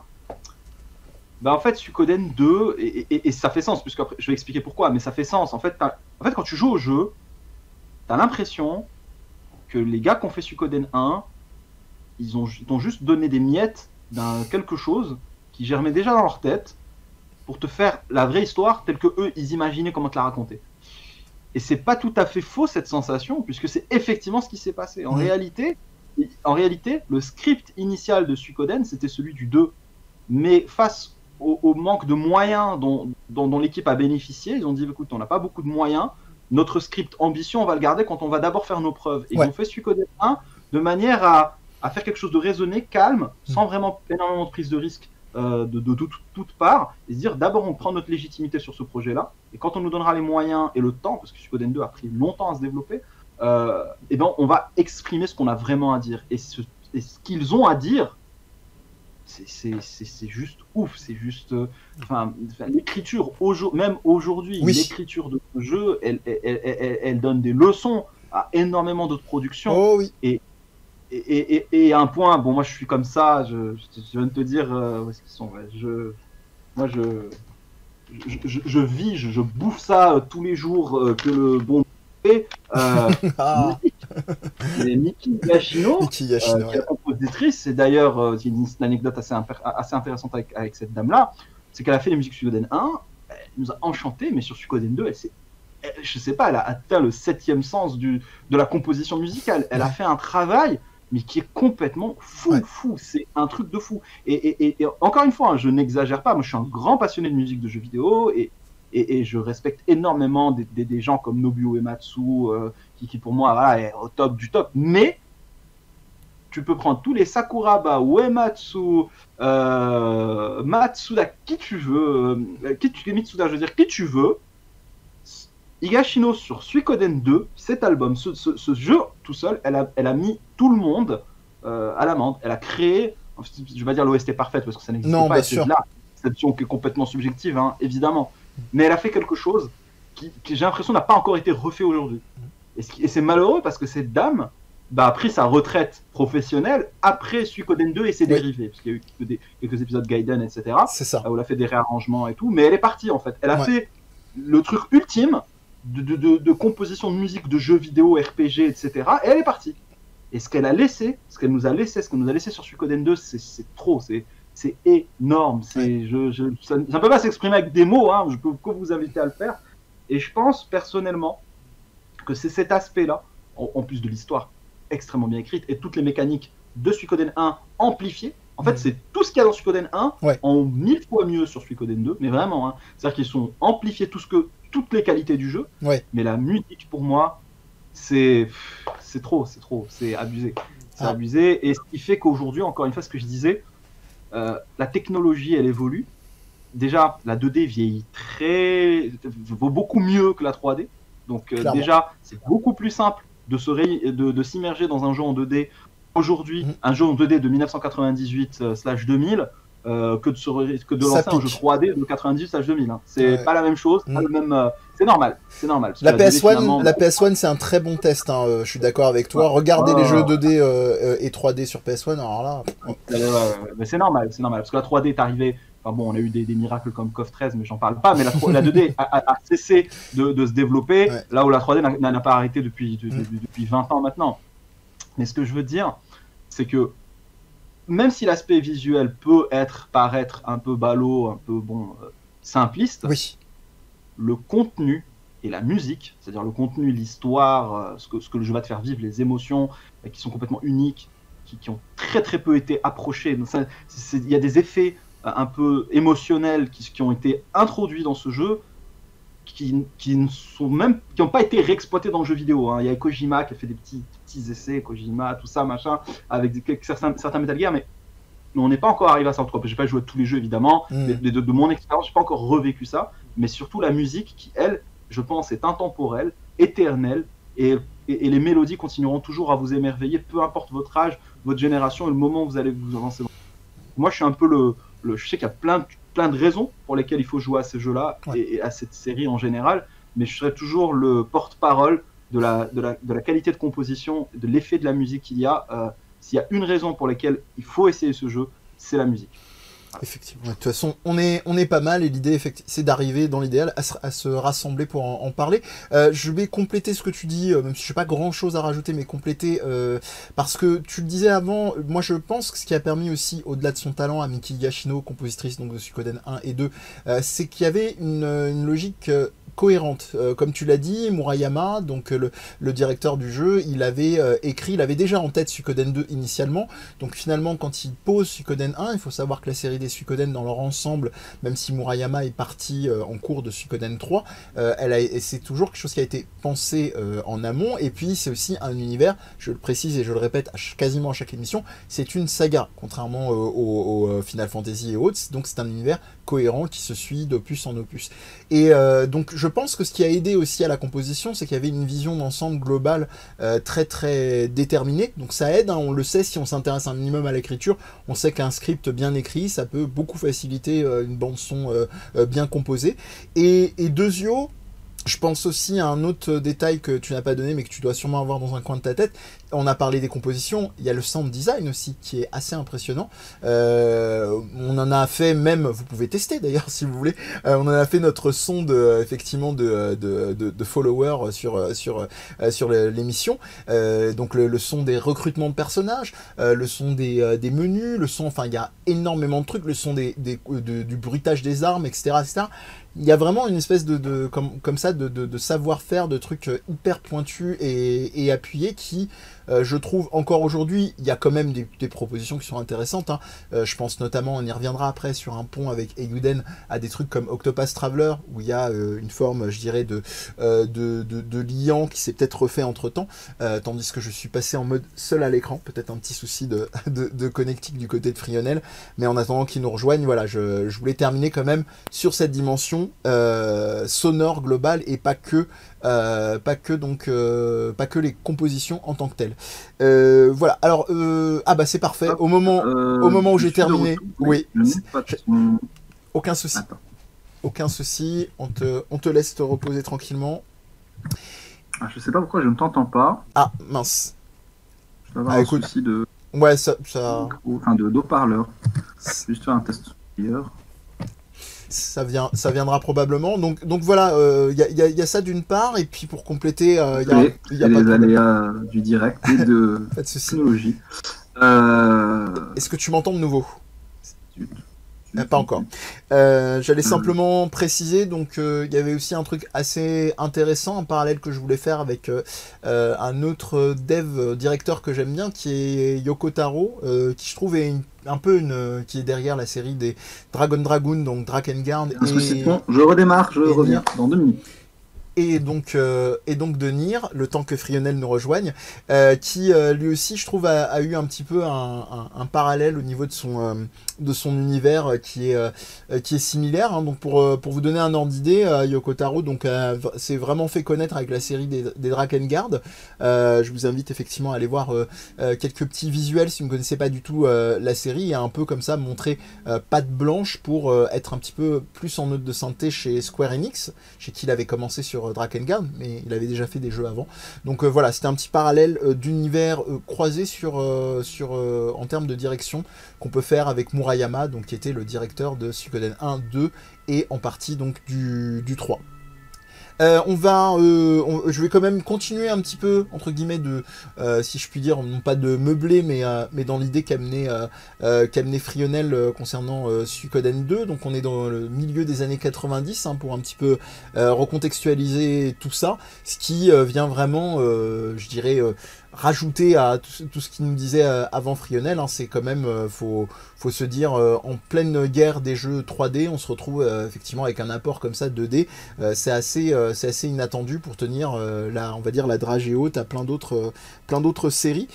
Bah, en fait, Suikoden deux, et, et, et ça fait sens, puisque après, je vais expliquer pourquoi, mais ça fait sens. En fait, en fait quand tu joues au jeu, tu as l'impression que les gars qui ont fait Suikoden un, ils ont, ils ont juste donné des miettes d'un quelque chose qui germait déjà dans leur tête, pour te faire la vraie histoire telle que eux ils imaginaient comment te la raconter. Et c'est pas tout à fait faux cette sensation, puisque c'est effectivement ce qui s'est passé. En mmh. réalité, en réalité, le script initial de Suikoden, c'était celui du deux. Mais face au, au manque de moyens dont, dont, dont l'équipe a bénéficié, ils ont dit écoute, on n'a pas beaucoup de moyens, notre script ambition, on va le garder quand on va d'abord faire nos preuves. Et ouais. Ils ont fait Suikoden un de manière à, à faire quelque chose de raisonné, calme, mmh. sans vraiment énormément de prise de risque. Euh, de, de, de, de toutes parts, et se dire d'abord on prend notre légitimité sur ce projet-là, et quand on nous donnera les moyens et le temps, parce que Suikoden deux a pris longtemps à se développer, euh, et ben on va exprimer ce qu'on a vraiment à dire. Et ce, et ce qu'ils ont à dire, c'est, c'est, c'est, c'est juste ouf, c'est juste... Enfin, euh, l'écriture, au, même aujourd'hui, oui. l'écriture de ce jeu, elle, elle, elle, elle, elle donne des leçons à énormément d'autres productions. Oh, oui. Et Et, et, et, et un point, bon moi je suis comme ça, je, je, je viens de te dire euh, où est-ce qu'ils sont. Ouais, je, moi je, je, je, je vis, je, je bouffe ça euh, tous les jours euh, que le bon fait. Euh, ah. Miki Yashino, Miki Yashino euh, qui est la compositrice, c'est d'ailleurs euh, une, une anecdote assez, assez intéressante avec, avec cette dame-là, c'est qu'elle a fait les musiques Suikoden un, elle nous a enchanté, mais sur Suikoden deux, elle s'est je sais pas, elle a atteint le septième sens du, de la composition musicale. Elle a fait un travail, mais qui est complètement fou, ouais. fou. C'est un truc de fou. Et, et, et, et encore une fois, hein, je n'exagère pas. Moi, je suis un grand passionné de musique de jeux vidéo et, et, et je respecte énormément des, des, des gens comme Nobuo Uematsu, euh, qui, qui pour moi voilà, est au top du top. Mais tu peux prendre tous les Sakuraba, Uematsu, euh, Matsuda, qui tu veux, euh, qui tu, Mitsuda, je veux dire, qui tu veux. Higashino sur Suikoden deux, cet album, ce, ce, ce jeu tout seul, elle a, elle a mis tout le monde euh, à l'amende. Elle a créé, je vais pas dire l'O S T parfaite parce que ça n'existe non, pas, bah c'est là, cette option qui est complètement subjective, hein, évidemment. Mais elle a fait quelque chose qui, qui j'ai l'impression n'a pas encore été refait aujourd'hui. Et, et c'est malheureux parce que cette dame bah, a pris sa retraite professionnelle après Suikoden deux et ses oui. dérivés, parce qu'il y a eu des, quelques épisodes Gaiden, et cetera. C'est ça. Où elle a fait des réarrangements et tout, mais elle est partie en fait. Elle a ouais. fait le truc ultime. De, de, de, de composition de musique, de jeux vidéo, R P G, et cetera. Et elle est partie. Et ce qu'elle a laissé, ce qu'elle nous a laissé, ce qu'elle nous a laissé sur Suikoden deux, c'est, c'est trop, c'est, c'est énorme. C'est, ouais. je, je, ça, ça ne peut pas s'exprimer avec des mots, hein, je peux que vous inviter à le faire. Et je pense personnellement que c'est cet aspect-là, en, en plus de l'histoire extrêmement bien écrite, et toutes les mécaniques de Suikoden un amplifiées. En fait, mmh. c'est tout ce qu'il y a dans Suikoden un, ouais. en mille fois mieux sur Suikoden deux, mais vraiment. Hein. C'est-à-dire qu'ils sont amplifiés, tout ce que toutes les qualités du jeu, Ouais. mais la musique pour moi, c'est c'est trop, c'est trop, c'est abusé. C'est Ah. abusé, et ce qui fait qu'aujourd'hui, encore une fois, ce que je disais, euh, la technologie, elle évolue. Déjà, la deux D vieillit très, vaut beaucoup mieux que la trois D. Donc euh, déjà, c'est beaucoup plus simple de se ré... de, de s'immerger dans un jeu en deux D aujourd'hui, mmh. un jeu en deux D de mille neuf cent quatre-vingt-dix-huit slash deux mille, euh, que de se ré... que de lancer un jeu trois D de quatre-vingt-dix slash deux mille. Hein. C'est ouais. pas la même chose, mmh. pas le même. Euh... C'est normal, c'est normal. La, la P S un, finalement... la P S un, c'est un très bon test. Hein. Euh, je suis d'accord avec toi. Ouais. Regardez oh. les jeux deux D euh, et trois D sur P S un. Alors là, oh. ouais, ouais, ouais. Mais c'est normal, c'est normal parce que la trois D est arrivée. Enfin bon, on a eu des, des miracles comme C O F treize, mais j'en parle pas. Mais la, la deux D a, a, a cessé de, de se développer, ouais. là où la trois D n'a pas arrêté depuis, de, de, de, depuis vingt ans maintenant. Mais ce que je veux dire, c'est que même si l'aspect visuel peut être, paraître un peu ballot, un peu bon, euh, simpliste, oui. le contenu et la musique, c'est-à-dire le contenu, l'histoire, euh, ce, que, ce que le jeu va te faire vivre, les émotions euh, qui sont complètement uniques, qui, qui ont très très peu été approchées. Il y a des effets un peu émotionnels qui, qui ont été introduits dans ce jeu, qui, qui ne sont même, qui n'ont pas été réexploités dans le jeu vidéo. Hein. Il y a Kojima qui a fait des petits, petits essais, Kojima, tout ça, machin, avec des, certains, certains Metal Gear, mais, mais on n'est pas encore arrivé à ça. En tout cas, j'ai pas joué à tous les jeux évidemment, mm. mais de, de, de mon expérience, j'ai pas encore revécu ça. Mais surtout la musique qui, elle, je pense, est intemporelle, éternelle, et, et, et les mélodies continueront toujours à vous émerveiller, peu importe votre âge, votre génération et le moment où vous allez vous avancer. Moi, je suis un peu le Le, je sais qu'il y a plein de, plein de raisons pour lesquelles il faut jouer à ces jeux-là ouais. et, et à cette série en général, mais je serai toujours le porte-parole de la, de, la, de la qualité de composition, de l'effet de la musique qu'il y a. Euh, s'il y a une raison pour laquelle il faut essayer ce jeu, c'est la musique. Effectivement. De toute façon, on est, on est pas mal et l'idée, c'est d'arriver dans l'idéal à, à se rassembler pour en, en parler. Euh, je vais compléter ce que tu dis, euh, même si je n'ai pas grand chose à rajouter, mais compléter, euh, parce que tu le disais avant, moi je pense que ce qui a permis aussi, au-delà de son talent, à Miki Higashino, compositrice donc, de Suikoden un et deux, euh, c'est qu'il y avait une, une logique... Euh, cohérente. Euh, comme tu l'as dit, Murayama, donc euh, le, le directeur du jeu, il avait euh, écrit, il avait déjà en tête Suikoden deux initialement, donc finalement quand il pose Suikoden un, il faut savoir que la série des Suikoden dans leur ensemble, même si Murayama est parti euh, en cours de Suikoden trois, euh, elle a, c'est toujours quelque chose qui a été pensé euh, en amont, et puis c'est aussi un univers, je le précise et je le répète à ch- quasiment à chaque émission, c'est une saga, contrairement euh, au, au Final Fantasy et autres, donc c'est un univers cohérent qui se suit d'opus en opus. Et euh, donc je pense que ce qui a aidé aussi à la composition, c'est qu'il y avait une vision d'ensemble globale euh, très très déterminée. Donc ça aide, hein, on le sait, si on s'intéresse un minimum à l'écriture, on sait qu'un script bien écrit, ça peut beaucoup faciliter euh, une bande son euh, euh, bien composée. Et, et Dezio, je pense aussi à un autre détail que tu n'as pas donné, mais que tu dois sûrement avoir dans un coin de ta tête. On a parlé des compositions, il y a le sound design aussi, qui est assez impressionnant. Euh, on en a fait même, vous pouvez tester d'ailleurs si vous voulez, euh, on en a fait notre son de, effectivement de, de, de, de followers sur, sur, euh, sur l'émission. Euh, donc le, le son des recrutements de personnages, euh, le son des, euh, des menus, le son, enfin il y a énormément de trucs, le son des, des, de, du bruitage des armes, et cetera et cetera. Il y a vraiment une espèce de, de comme, comme ça de, de, de savoir-faire, de trucs hyper pointus et, et appuyés qui, euh, je trouve, encore aujourd'hui, il y a quand même des, des propositions qui sont intéressantes. Hein. Euh, je pense notamment, on y reviendra après, sur un pont avec Eiyuden, à des trucs comme Octopath Traveler, où il y a euh, une forme, je dirais, de, euh, de, de, de liant qui s'est peut-être refait entre-temps, euh, tandis que je suis passé en mode seul à l'écran, peut-être un petit souci de, de, de connectique du côté de Frionel, mais en attendant qu'ils nous rejoignent, voilà, je, je voulais terminer quand même sur cette dimension Euh, sonore globale et pas que euh, pas que donc euh, pas que les compositions en tant que telles. Euh, voilà. Alors euh, ah bah c'est parfait. Au moment euh, au moment où j'ai terminé, oui. Son... Aucun souci. Attends. Aucun souci. On te on te laisse te reposer tranquillement. Ah, je sais pas pourquoi je ne t'entends pas. Ah mince. Je dois avoir ah, un écoute. souci de. Ouais ça ça. Enfin de d'eau-parleur. Juste faire un test supérieur. Ça, vient, ça viendra probablement. Donc, donc voilà, il euh, y, y, y a ça d'une part, et puis pour compléter, il euh, y a, et, y a et pas les aléas du direct et de pas de souci. Technologie. Euh... Est-ce que tu m'entends de nouveau? Euh, pas encore. Euh, J'allais simplement préciser, donc il euh, y avait aussi un truc assez intéressant, un parallèle que je voulais faire avec euh, euh, un autre dev euh, directeur que j'aime bien, qui est Yoko Taro, euh, qui je trouve est une, un peu une, euh, qui est derrière la série des Dragon Dragoon, donc Drakengard. Et... Je redémarre, je reviens dans deux minutes. et donc, euh, et donc de Nier, le temps que Frionel nous rejoigne, euh, qui euh, lui aussi, je trouve, a, a eu un petit peu un, un, un parallèle au niveau de son, euh, de son univers euh, qui est, euh, qui est similaire. Hein. Donc pour, euh, pour vous donner un ordre d'idée, euh, Yoko Taro donc, euh, s'est vraiment fait connaître avec la série des, des Drakengard. Euh, je vous invite effectivement à aller voir euh, euh, quelques petits visuels si vous ne connaissez pas du tout euh, la série, et un peu comme ça montrer euh, patte blanche pour euh, être un petit peu plus en note de synthé chez Square Enix, chez qui il avait commencé sur Drakengard, mais il avait déjà fait des jeux avant. Donc euh, voilà, c'était un petit parallèle euh, d'univers euh, croisé sur, euh, sur, euh, en termes de direction qu'on peut faire avec Murayama, donc, qui était le directeur de Suikoden un, deux et en partie donc, du, du trois. Euh, on va, euh, on, je vais quand même continuer un petit peu entre guillemets de, euh, si je puis dire, non pas de meubler, mais euh, mais dans l'idée qu'a amené euh, euh, qu'a amené Frionel euh, concernant euh, Suikoden deux. Donc on est dans le milieu des années quatre-vingt-dix hein, pour un petit peu euh, recontextualiser tout ça, ce qui euh, vient vraiment, euh, je dirais. Euh, rajouter à tout, tout ce qu'il nous disait euh, avant Frionel, hein, c'est quand même, euh, faut, faut se dire, euh, en pleine guerre des jeux trois D, on se retrouve euh, effectivement avec un apport comme ça deux D, euh, c'est assez, euh, c'est assez inattendu pour tenir, euh, la, on va dire, la dragée haute à plein d'autres, euh, plein d'autres séries.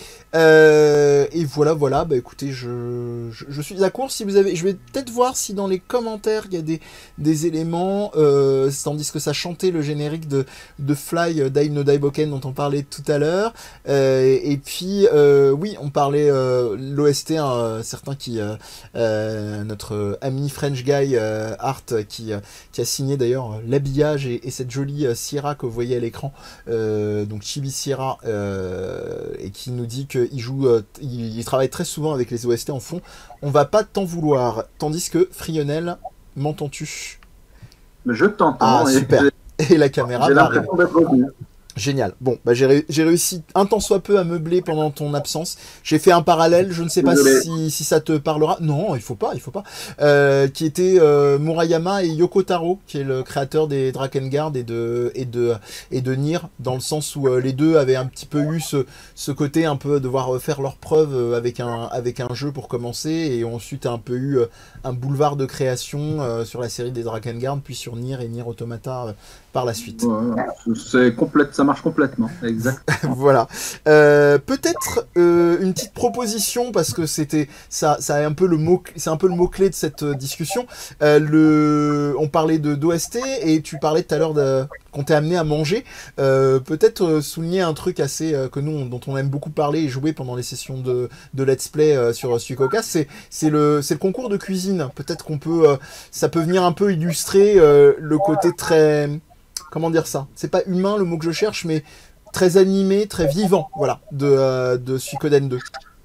Euh, et voilà, voilà, bah écoutez, je, je, je suis à court, si vous avez, je vais peut-être voir si dans les commentaires il y a des, des éléments, euh, tandis que ça chantait le générique de, de Fly, Dai no Daiboken dont on parlait tout à l'heure. Euh, et puis, euh, oui, on parlait euh, l'O S T, hein, certains qui, euh, euh, notre ami French Guy euh, Art, qui, euh, qui a signé d'ailleurs l'habillage et, et cette jolie euh, Sierra que vous voyez à l'écran, euh, donc Chibi Sierra, euh, et qui nous dit qu'il joue, euh, il, il travaille très souvent avec les O S T en fond. On va pas t'en vouloir, tandis que Frionel, m'entends-tu? Je t'entends. Ah, super. Et la caméra J'ai va l'impression d'être revenu. Génial. Bon, bah j'ai, ré j'ai réussi un tant soit peu à meubler pendant ton absence. J'ai fait un parallèle, je ne sais pas si, si ça te parlera. Non, il faut pas, il faut pas. Euh, qui était euh, Murayama et Yoko Taro, qui est le créateur des Drakengard et de et de et de Nier, dans le sens où euh, les deux avaient un petit peu eu ce ce côté un peu devoir faire leurs preuves avec un avec un jeu pour commencer, et ensuite un peu eu euh, un boulevard de création euh, sur la série des Drakengard, puis sur Nier et Nier Automata euh, par la suite. Ouais, c'est complète, ça marche complètement, exact. Voilà. Euh, peut-être euh, une petite proposition, parce que c'était ça, ça est un peu le mot, c'est un peu le mot clé de cette euh, discussion. Euh, le, on parlait de d'O S T et tu parlais tout à l'heure de qu'on t'est amené à manger. Euh, peut-être euh, souligner un truc assez euh, que nous, on, dont on aime beaucoup parler et jouer pendant les sessions de, de let's play euh, sur Suikoka, c'est c'est le c'est le concours de cuisine. Peut-être qu'on peut, euh, ça peut venir un peu illustrer euh, le côté très, comment dire ça, c'est pas humain le mot que je cherche, mais très animé, très vivant, voilà, de, euh, de Suikoden deux.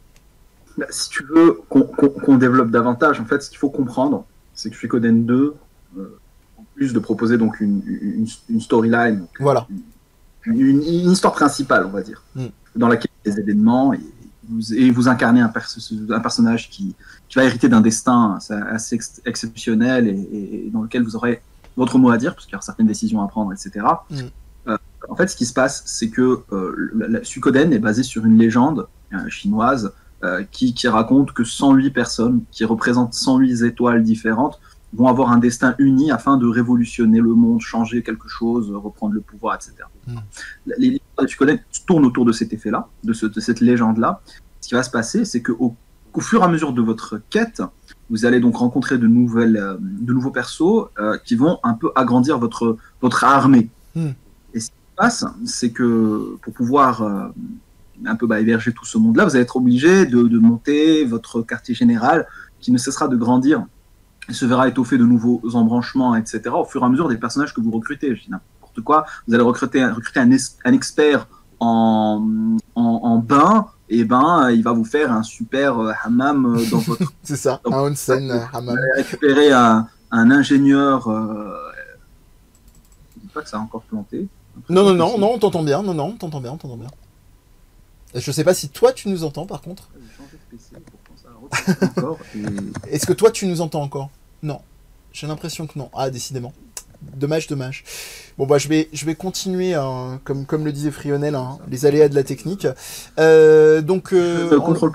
Bah, si tu veux qu'on qu'on, qu'on développe davantage, en fait, ce qu'il faut comprendre, c'est que Suikoden deux, euh, en plus de proposer donc une, une, une storyline, donc voilà, une, une, une histoire principale, on va dire, mm. dans laquelle il y a des événements, et vous, et vous incarnez un, perso un personnage qui, qui va hériter d'un destin assez ex exceptionnel, et, et, et dans lequel vous aurez votre mot à dire, parce qu'il y a certaines décisions à prendre, et cetera. Mm. Euh, en fait, ce qui se passe, c'est que euh, la, la Suikoden est basée sur une légende euh, chinoise euh, qui, qui raconte que cent huit personnes, qui représentent cent huit étoiles différentes, vont avoir un destin uni afin de révolutionner le monde, changer quelque chose, reprendre le pouvoir, et cetera. Mm. Les histoires de Suikoden tournent autour de cet effet-là, de, ce, de cette légende-là. Ce qui va se passer, c'est qu'au au fur et à mesure de votre quête, vous allez donc rencontrer de, nouvelles, euh, de nouveaux persos euh, qui vont un peu agrandir votre, votre armée. Mm. Et ce qui se passe, c'est que pour pouvoir euh, un peu bah, héberger tout ce monde-là, vous allez être obligé de, de monter votre quartier général qui ne cessera de grandir et se verra étoffer de nouveaux embranchements, et cetera, au fur et à mesure des personnages que vous recrutez. Je dis n'importe quoi, vous allez recruter, recruter un, un expert en, en, en bain, et ben il va vous faire un super euh, hammam dans votre... C'est ça, un onsen euh, hammam. Vous allez récupérer un, un ingénieur... Euh... Je dis pas que ça a encore planté. Non, non, non, non, on t'entend bien, non, non, on t'entend bien, on t'entend bien. Je sais pas si toi tu nous entends par contre. Et... Est-ce que toi tu nous entends encore? Non. J'ai l'impression que non. Ah, décidément. Dommage, dommage. Bon, bah, je vais, je vais continuer, hein, comme, comme le disait Frionel, hein, les aléas de la technique. Euh, donc, euh, je ne contrôle plus rien.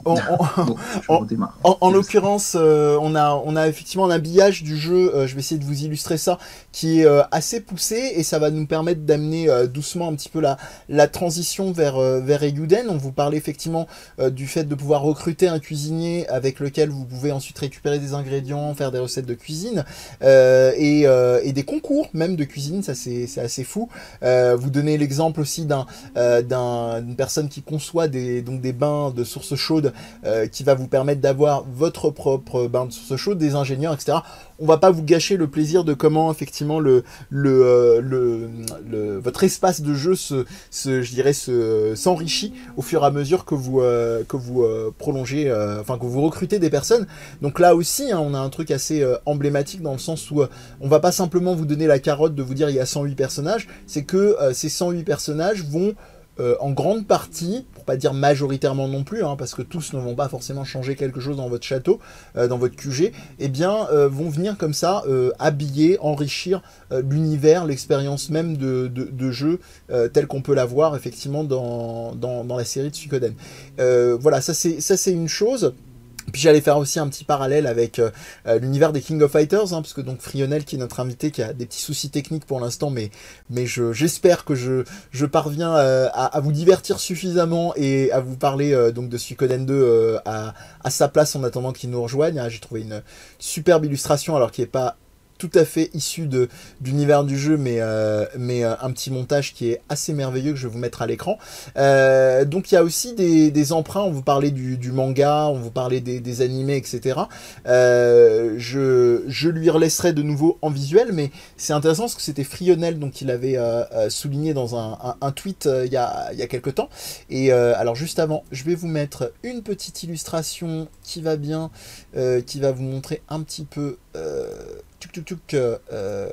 En, en, bon, en, en, en l'occurrence, euh, on, a, on a effectivement un habillage du jeu, euh, je vais essayer de vous illustrer ça, qui est euh, assez poussé, et ça va nous permettre d'amener euh, doucement un petit peu la, la transition vers, euh, vers Eiyuden. On vous parlait effectivement euh, du fait de pouvoir recruter un cuisinier avec lequel vous pouvez ensuite récupérer des ingrédients, faire des recettes de cuisine, euh, et, euh, et des concours même de cuisine, ça c'est assez fou. Euh, vous donnez l'exemple aussi d'un euh, d'un, d'une personne qui conçoit des, donc des bains de sources chaudes, Euh, qui va vous permettre d'avoir votre propre bain de source chaude, des ingénieurs, et cetera. On va pas vous gâcher le plaisir de comment effectivement le, le, euh, le, le votre espace de jeu se, se je dirais, se s'enrichit au fur et à mesure que vous euh, que vous euh, prolongez, euh, enfin que vous recrutez des personnes. Donc là aussi, hein, on a un truc assez euh, emblématique dans le sens où euh, on va pas simplement vous donner la carotte de vous dire il y a cent huit personnages, c'est que euh, ces cent huit personnages vont Euh, en grande partie, pour pas dire majoritairement non plus, hein, parce que tous ne vont pas forcément changer quelque chose dans votre château, euh, dans votre Q G, eh bien, euh, vont venir comme ça euh, habiller, enrichir euh, l'univers, l'expérience même de, de, de jeu euh, tel qu'on peut l'avoir effectivement dans, dans, dans la série de Suikoden. Euh, voilà, ça c'est ça c'est une chose. Puis j'allais faire aussi un petit parallèle avec euh, l'univers des King of Fighters, hein, parce que donc Frionel, qui est notre invité, qui a des petits soucis techniques pour l'instant, mais, mais je, j'espère que je, je parviens euh, à, à vous divertir suffisamment et à vous parler euh, donc de Suikoden deux euh, à, à sa place en attendant qu'il nous rejoigne. Hein, j'ai trouvé une superbe illustration, alors qui n'est pas tout à fait issu de d'univers du jeu, mais, euh, mais euh, un petit montage qui est assez merveilleux que je vais vous mettre à l'écran. Euh, donc il y a aussi des, des emprunts, on vous parlait du, du manga, on vous parlait des, des animés, et cetera. Euh, je, je lui relaisserai de nouveau en visuel, mais c'est intéressant parce que c'était Frionel donc il avait euh, souligné dans un, un, un tweet euh, il y a, il y a quelques temps. Et euh, alors juste avant, je vais vous mettre une petite illustration qui va bien, euh, qui va vous montrer un petit peu euh, Tuk, tuk, tuk, euh,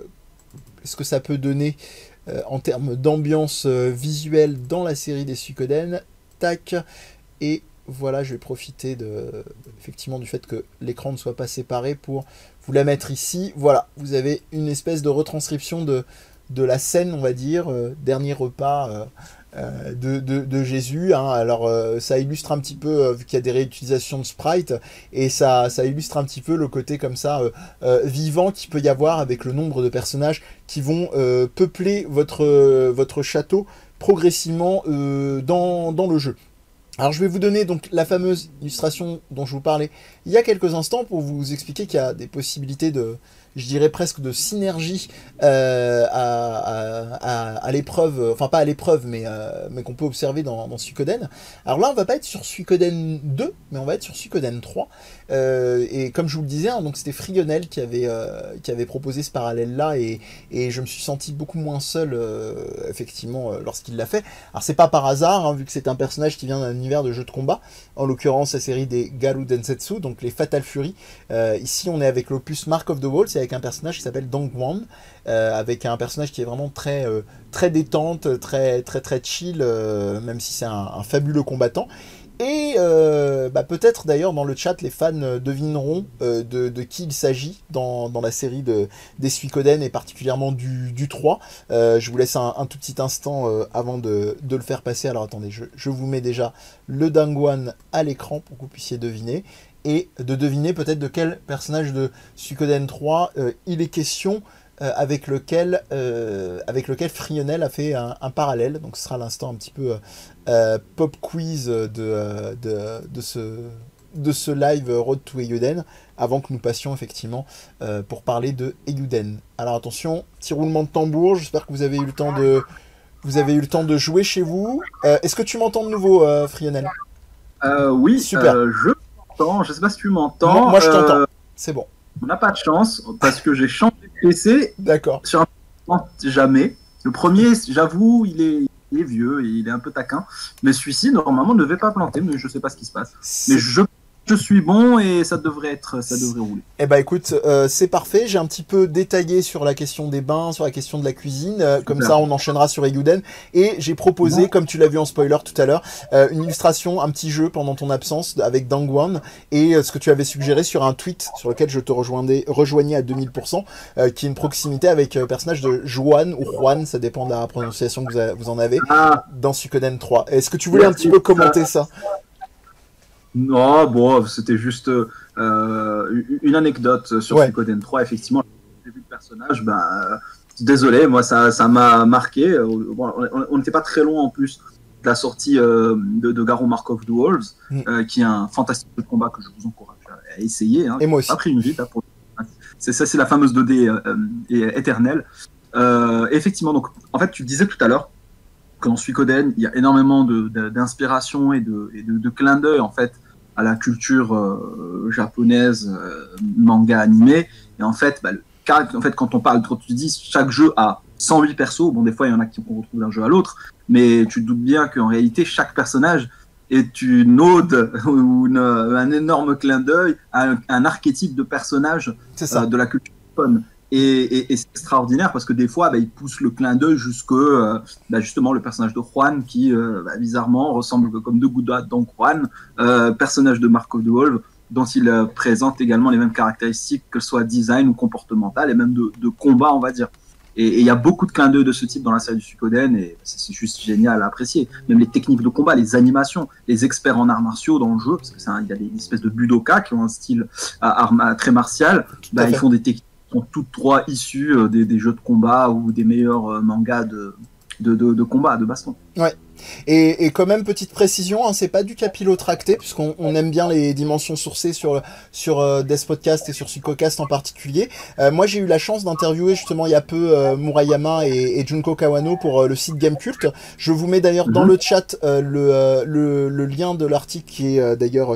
ce que ça peut donner euh, en termes d'ambiance euh, visuelle dans la série des Suikoden. Tac, et voilà, je vais profiter de, effectivement du fait que l'écran ne soit pas séparé pour vous la mettre ici. Voilà, vous avez une espèce de retranscription de, de la scène, on va dire, euh, dernier repas euh, euh, de, de, de Jésus. Hein. Alors euh, ça illustre un petit peu, euh, vu qu'il y a des réutilisations de sprites, et ça, ça illustre un petit peu le côté comme ça euh, euh, vivant qu'il peut y avoir avec le nombre de personnages qui vont euh, peupler votre, euh, votre château progressivement euh, dans, dans le jeu. Alors je vais vous donner donc la fameuse illustration dont je vous parlais il y a quelques instants pour vous expliquer qu'il y a des possibilités de, je dirais presque de synergie euh, à, à, à, à l'épreuve, enfin pas à l'épreuve, mais, euh, mais qu'on peut observer dans, dans Suikoden. Alors là on va pas être sur Suikoden deux, mais on va être sur Suikoden trois. Euh, et comme je vous le disais, hein, donc c'était Frionel qui avait, euh, qui avait proposé ce parallèle-là, et, et je me suis senti beaucoup moins seul, euh, effectivement, euh, lorsqu'il l'a fait. Alors c'est pas par hasard, hein, vu que c'est un personnage qui vient d'un univers de jeux de combat, en l'occurrence la série des Garou Densetsu, donc les Fatal Fury. Euh, ici on est avec l'opus Mark of the Wall, c'est avec un personnage qui s'appelle Dongwon, euh, avec un personnage qui est vraiment très, euh, très détente, très très très chill, euh, même si c'est un, un fabuleux combattant. Et euh, bah peut-être d'ailleurs dans le chat les fans devineront euh, de, de qui il s'agit dans, dans la série de, des Suikoden, et particulièrement du, du trois. Euh, je vous laisse un, un tout petit instant euh, avant de, de le faire passer. Alors attendez, je, je vous mets déjà le Dongwon à l'écran pour que vous puissiez deviner, et de deviner peut-être de quel personnage de Suikoden trois euh, il est question, euh, avec lequel euh, avec lequel Frionel a fait un, un parallèle. Donc ce sera l'instant un petit peu euh, pop quiz de, de, de, ce, de ce live Road to Eiyuden, avant que nous passions effectivement euh, pour parler de Eiyuden. Alors attention, petit roulement de tambour, j'espère que vous avez eu le temps de, vous avez eu le temps de jouer chez vous. Euh, Est-ce que tu m'entends de nouveau, euh, Frionel? euh, Oui, super. Euh, je t'entends, je sais pas si tu m'entends. Moi, moi je t'entends, euh, c'est bon. On n'a pas de chance, parce que j'ai changé de P C. D'accord. Sur un jamais. Le premier, j'avoue, il est... il est vieux et il est un peu taquin. Mais celui-ci, normalement, ne devait pas planter, mais je sais pas ce qui se passe. Mais je, je suis bon et ça devrait être, ça devrait rouler. Eh ben écoute, euh, c'est parfait. J'ai un petit peu détaillé sur la question des bains, sur la question de la cuisine. Euh, comme ça, on enchaînera sur Eiyuden. Et j'ai proposé, non. comme tu l'as vu en spoiler tout à l'heure, euh, une illustration, un petit jeu pendant ton absence avec Dongwon, et euh, ce que tu avais suggéré sur un tweet sur lequel je te rejoignais, rejoignais à deux mille pour cent, euh, qui est une proximité avec le euh, personnage de Juan ou Juan, ça dépend de la prononciation que vous, a, vous en avez, ah. dans Suikoden trois. Est-ce que tu voulais Merci. un petit peu commenter ça? Non, bon, c'était juste euh, une anecdote sur Ouais. Suikoden trois. Effectivement, j'ai vu le personnage, ben, euh, désolé, moi ça ça m'a marqué. Bon, on n'était pas très loin en plus de la sortie euh, de, de Garou Markov the Wolves, Mm. euh, qui est un fantastique jeu de combat que je vous encourage à essayer. Hein. Et moi aussi. Pas pris une vie, là, pour... c'est ça, c'est la fameuse deux D euh, euh, éternelle. Euh, effectivement, donc en fait, tu le disais tout à l'heure, que dans Suikoden, il y a énormément de, de, d'inspiration et de, et de, de clins d'œil en fait à la culture euh, japonaise, euh, manga, animé. Et en fait, bah, le, en fait, quand on parle, quand tu dis chaque jeu a cent huit persos, bon, des fois il y en a qui qu'on retrouve d'un jeu à l'autre, mais tu te doutes bien qu'en réalité, chaque personnage est une ode ou une, un énorme clin d'œil à un, un archétype de personnage euh, de la culture japonaise. Et, et, et c'est extraordinaire parce que des fois, bah, il pousse le clin d'œil jusque euh, bah, justement le personnage de Juan qui euh, bah, bizarrement ressemble comme deux gouttes d'eau à Don Juan, euh, personnage de Markov the Wolves, dont il euh, présente également les mêmes caractéristiques, que ce soit design ou comportemental et même de, de combat, on va dire. Et il y a beaucoup de clins d'œil de ce type dans la série du Suikoden et c'est, c'est juste génial à apprécier. Même les techniques de combat, les animations, les experts en arts martiaux dans le jeu, parce qu'il y a des espèces de budoka qui ont un style à, à, très martial, bah, ils font des techniques qui sont toutes trois issues euh, des, des jeux de combat ou des meilleurs euh, mangas de, de, de, de combat, de baston. Ouais. Et, et quand même, petite précision, hein, c'est pas du capillotracté, puisqu'on on aime bien les dimensions sourcées sur, sur euh, Death Podcast et sur Suikocast en particulier. Euh, moi, j'ai eu la chance d'interviewer justement il y a peu euh, Murayama et, et Junko Kawano pour euh, le site Gamecult. Je vous mets d'ailleurs mm-hmm. dans le chat euh, le, euh, le, le lien de l'article qui est euh, d'ailleurs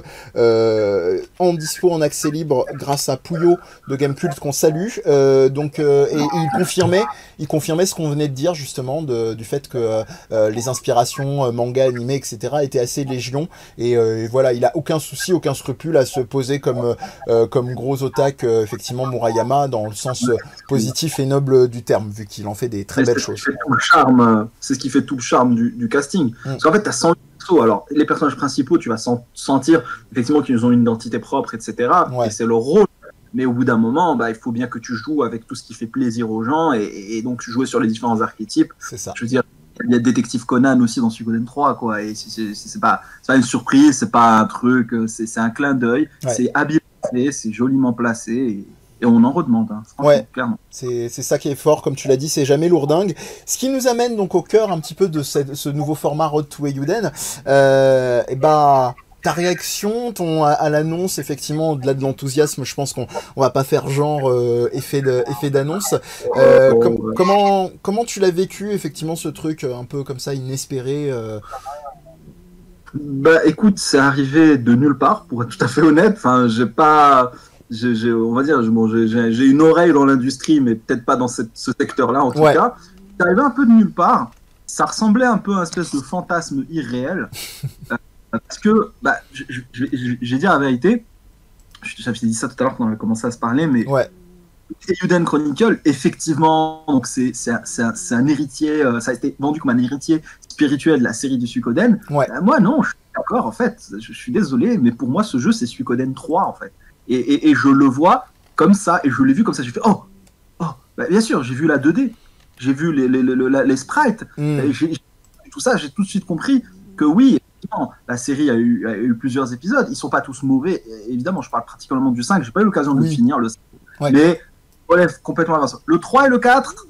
euh, en dispo en accès libre grâce à Pouillot de Gamecult qu'on salue. Euh, donc, euh, et, et il confirmait, il confirmait ce qu'on venait de dire justement de, du fait que euh, les inspirations manga, animé, et cetera étaient assez légion et, euh, et voilà, il a aucun souci, aucun scrupule à se poser comme euh, comme gros otak euh, effectivement Murayama dans le sens euh, positif et noble du terme vu qu'il en fait des très Mais belles c'est choses. Ce qui fait tout le charme, c'est ce qui fait tout le charme du, du casting. Mm. Parce qu'en fait, tu as cent huit persos. Alors, les personnages principaux, tu vas sentir effectivement qu'ils ont une identité propre, et cetera. Ouais. Et c'est leur rôle. Mais au bout d'un moment, bah, il faut bien que tu joues avec tout ce qui fait plaisir aux gens et, et donc jouer sur les différents archétypes. C'est ça. Je veux dire, il y a Détective Conan aussi dans Suikoden trois, quoi. Et c'est, c'est, c'est, pas, c'est pas une surprise, c'est pas un truc, c'est, c'est un clin d'œil. Ouais. C'est habilement fait, c'est joliment placé et, et on en redemande, hein, franchement, ouais. clairement. C'est, c'est ça qui est fort, comme tu l'as dit, c'est jamais lourdingue. Ce qui nous amène donc au cœur un petit peu de cette, ce nouveau format Road to Eiyuden. Euh, et bah. Ta réaction, ton à, à l'annonce, effectivement, au-delà de l'enthousiasme, je pense qu'on on va pas faire genre euh, effet de, effet d'annonce. Euh, com- comment comment tu l'as vécu effectivement ce truc un peu comme ça inespéré euh... Bah écoute, c'est arrivé de nulle part, pour être tout à fait honnête. Enfin, j'ai pas, j'ai, j'ai on va dire, bon, j'ai, j'ai une oreille dans l'industrie, mais peut-être pas dans cette, ce secteur-là en tout ouais. cas. C'est arrivé un peu de nulle part. Ça ressemblait un peu à une espèce de fantasme irréel. Parce que, bah, je, je, je, je vais dire la vérité, je, j'avais dit ça tout à l'heure quand on avait commencé à se parler, mais ouais. Eiyuden Chronicle, effectivement, donc c'est, c'est, un, c'est, un, c'est un héritier, euh, ça a été vendu comme un héritier spirituel de la série du Suikoden. Ouais. Euh, moi, non, je suis d'accord, en fait, je, je suis désolé, mais pour moi, ce jeu, c'est Suikoden trois, en fait. Et, et, et je le vois comme ça, et je l'ai vu comme ça, j'ai fait, oh, oh, bah, bien sûr, j'ai vu la deux D, j'ai vu les, les, les, les, les sprites, mm. j'ai, j'ai, tout ça, j'ai tout de suite compris que oui, la série a eu, a eu plusieurs épisodes, ils sont pas tous mauvais, évidemment, je parle particulièrement du cinq, j'ai pas eu l'occasion oui. de finir le cinq, ouais. mais relève complètement l'avance. Le trois et le quatre,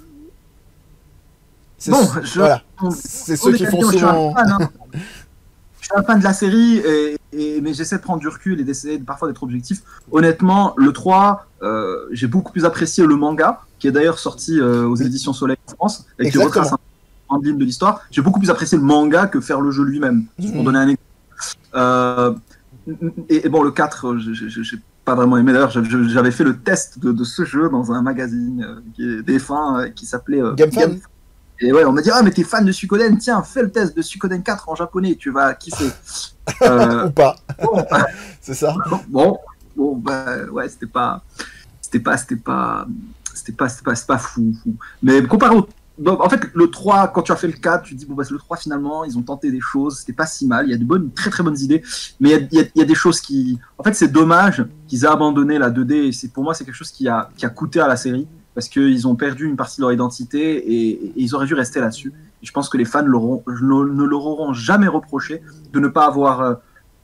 c'est bon, ce, je, voilà. on, c'est ceux qui font souvent... Je, hein. je suis un fan de la série, et, et, mais j'essaie de prendre du recul et d'essayer de, parfois d'être objectif. Honnêtement, le trois, euh, j'ai beaucoup plus apprécié le manga, qui est d'ailleurs sorti euh, aux éditions Soleil en France, et qui retrace un en ligne de l'histoire. J'ai beaucoup plus apprécié le manga que faire le jeu lui-même, mmh. pour donner un exemple. Euh, et, et bon, le quatre, j'ai pas vraiment aimé. D'ailleurs, j'avais fait le test de, de ce jeu dans un magazine euh, qui est défunt, euh, qui s'appelait euh, Game Fan. Et ouais, on m'a dit, ah, mais t'es fan de Suikoden, tiens, fais le test de Suikoden quatre en japonais, tu vas kiffer. euh, Ou pas. Bon, c'est ça. Bon, bon, bah, ouais, c'était pas, c'était pas, c'était pas, c'était pas, c'était pas, c'était pas fou, fou. Mais comparé au Donc, en fait, le trois, quand tu as fait le quatre, tu te dis, bon, bah, le trois, finalement, ils ont tenté des choses, c'était pas si mal, il y a de bonnes, très très bonnes idées, mais il y a, il y a, il y a des choses qui... En fait, c'est dommage qu'ils aient abandonné la deux D, et c'est, pour moi, c'est quelque chose qui a, qui a coûté à la série, parce qu'ils ont perdu une partie de leur identité, et, et ils auraient dû rester là-dessus. Et je pense que les fans l'auront, ne, ne leur auront jamais reproché de ne pas avoir euh,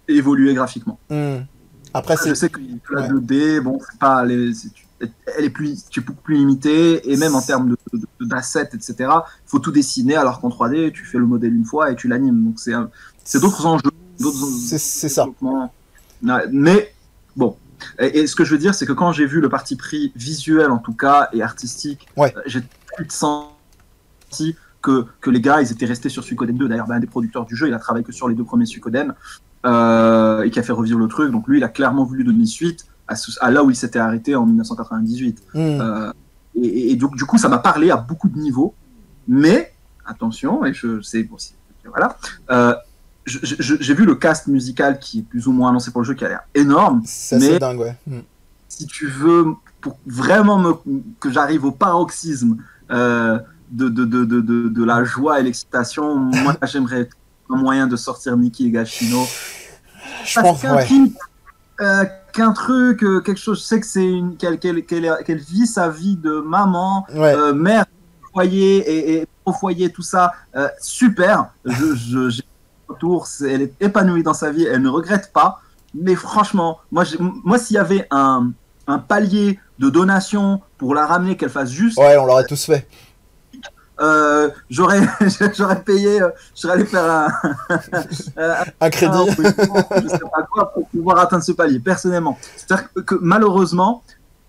évoluer graphiquement. Mmh. Après, c'est... Je sais que la ouais. deux D, bon, c'est pas, les, c'est, elle est plus, tu es beaucoup plus limitée, et même en termes de, de, de, d'assets, et cetera, il faut tout dessiner, alors qu'en trois D, tu fais le modèle une fois et tu l'animes. Donc c'est, c'est d'autres enjeux. D'autres c'est, c'est ça. Mais bon, et, et ce que je veux dire, c'est que quand j'ai vu le parti pris visuel, en tout cas, et artistique, ouais. euh, j'ai tout de senti que, que les gars, ils étaient restés sur Suikoden deux. D'ailleurs, ben, un des producteurs du jeu, il a travaillé que sur les deux premiers Suikoden, euh, et qui a fait revivre le truc. Donc lui, il a clairement voulu donner suite à, ce, à là où il s'était arrêté en dix-neuf cent quatre-vingt-dix-huit. Mm. Euh, et, et donc, du coup, ça m'a parlé à beaucoup de niveaux. Mais, attention, et je sais, bon, si, voilà, euh, je, je, j'ai vu le cast musical qui est plus ou moins annoncé pour le jeu, qui a l'air énorme. Ça, mais c'est dingue, ouais. Mm. Si tu veux, pour vraiment me, que j'arrive au paroxysme euh, de, de, de, de, de, de la joie et l'excitation, moi, j'aimerais un moyen de sortir Miki Higashino. Je pense, qu'un ouais. Truc, euh, qu'un truc, euh, quelque chose, je sais que c'est une, qu'elle, qu'elle, qu'elle, qu'elle vit sa vie de maman, ouais. euh, mère, foyer et, et au foyer, tout ça, euh, super. Je, je, j'ai un retour, c'est, elle est épanouie dans sa vie, elle ne regrette pas. Mais franchement, moi, j'ai, moi s'il y avait un, un palier de donation pour la ramener, qu'elle fasse juste. Ouais, on l'aurait tous fait. Euh, j'aurais, j'aurais payé, euh, je serais allé faire un, un, un crédit, un, je sais pas quoi, pour pouvoir atteindre ce palier, personnellement. C'est-à-dire que, que malheureusement,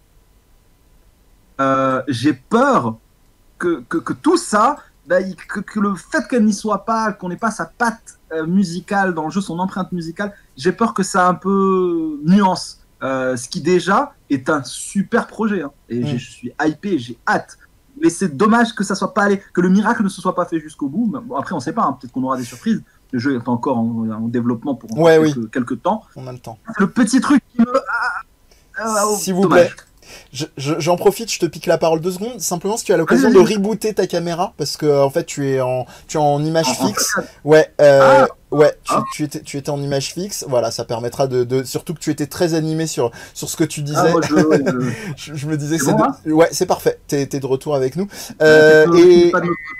euh, j'ai peur que, que, que tout ça, bah, que, que le fait qu'elle n'y soit pas, qu'on n'ait pas sa patte euh, musicale dans le jeu, son empreinte musicale, j'ai peur que ça un peu nuance. Euh, ce qui déjà est un super projet, hein. Et mmh. je suis hypé, j'ai hâte. Mais c'est dommage que ça soit pas allé, que le miracle ne se soit pas fait jusqu'au bout. Bon, après, on sait pas, hein, peut-être qu'on aura des surprises. Le jeu est encore en, en développement pour ouais, quelques, oui. quelques temps. On a le temps. Le petit truc qui me... Ah, ah, oh, s'il vous dommage. plaît. Je, je, j'en profite, je te pique la parole deux secondes. Simplement, si tu as l'occasion oui, de oui. rebooter ta caméra, parce que en fait, tu es en, tu es en image en, fixe. En ouais, euh, ah. ouais, tu, ah. tu, étais, tu étais en image fixe. Voilà, ça permettra de, de, surtout que tu étais très animé sur, sur ce que tu disais. Ah, moi, je, je... je, je me disais, c'est, c'est bon, de... hein ouais, c'est parfait. T'es, t'es de retour avec nous. Euh, ouais, et.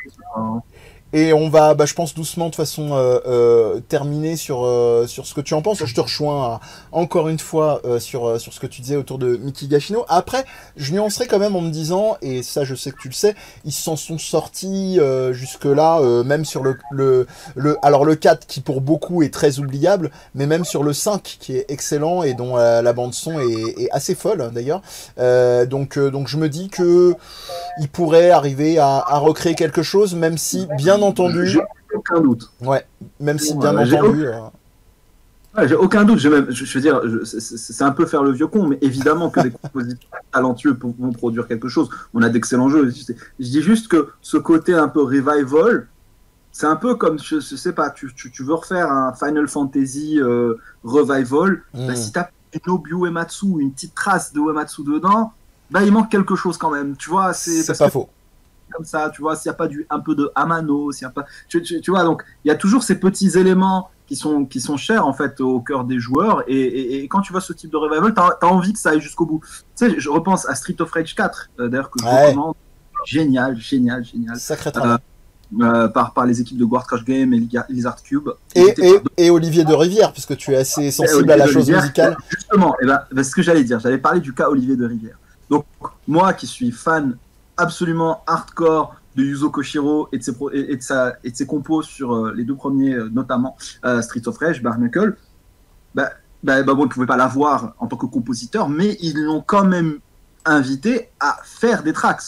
Et on va, bah, je pense, doucement, de façon, euh, euh, terminer sur, euh, sur ce que tu en penses. Je te rejoins à, encore une fois euh, sur, euh, sur ce que tu disais autour de Miki Higashino. Après, je nuancerai quand même en me disant, et ça je sais que tu le sais, ils s'en sont sortis euh, jusque-là, euh, même sur le, le, le... Alors le quatre qui pour beaucoup est très oubliable, mais même sur le cinq qui est excellent et dont euh, la bande-son est, est assez folle d'ailleurs. Euh, donc, euh, donc je me dis que ils pourraient arriver à, à recréer quelque chose, même si, bien entendu, j'ai aucun doute. Ouais, même si bien ouais, entendu. J'ai, aucun... ouais, j'ai aucun doute. J'ai même, je, je veux dire, je, c'est, c'est un peu faire le vieux con, mais évidemment que des compositeurs talentueux vont produire quelque chose. On a d'excellents jeux. Je, je dis juste que ce côté un peu revival, c'est un peu comme, je, je sais pas, tu, tu, tu veux refaire un Final Fantasy euh, revival, mm. bah, si t'as une Nobuo Uematsu, une petite trace de Uematsu dedans, bah il manque quelque chose quand même. Tu vois, c'est, c'est pas que... faux. Comme ça, tu vois, s'il n'y a pas du, un peu de Amano, s'il y a pas, tu, tu, tu vois, donc il y a toujours ces petits éléments qui sont, qui sont chers en fait au cœur des joueurs, et, et, et quand tu vois ce type de revival, t'as, t'as envie que ça aille jusqu'au bout. Tu sais, je repense à Street of Rage quatre, euh, d'ailleurs que je ouais. recommande, génial, génial, génial. Sacré travail. Euh, euh, par, par les équipes de Guard Crush Game et Lizard Cube. Et, et, et Olivier de Rivière, puisque tu es assez sensible à la chose Rivière, musicale. Justement, et ben, ben, ce que j'allais dire, j'allais parler du cas Olivier de Rivière. Donc, moi qui suis fan absolument hardcore de Yuzo Koshiro et de ses, pro- et de sa, et de ses compos sur euh, les deux premiers, euh, notamment euh, Streets of Rage, Bare Knuckle, bah, bah, bah bon, ils ne pouvaient pas l'avoir en tant que compositeur, mais ils l'ont quand même invité à faire des tracks.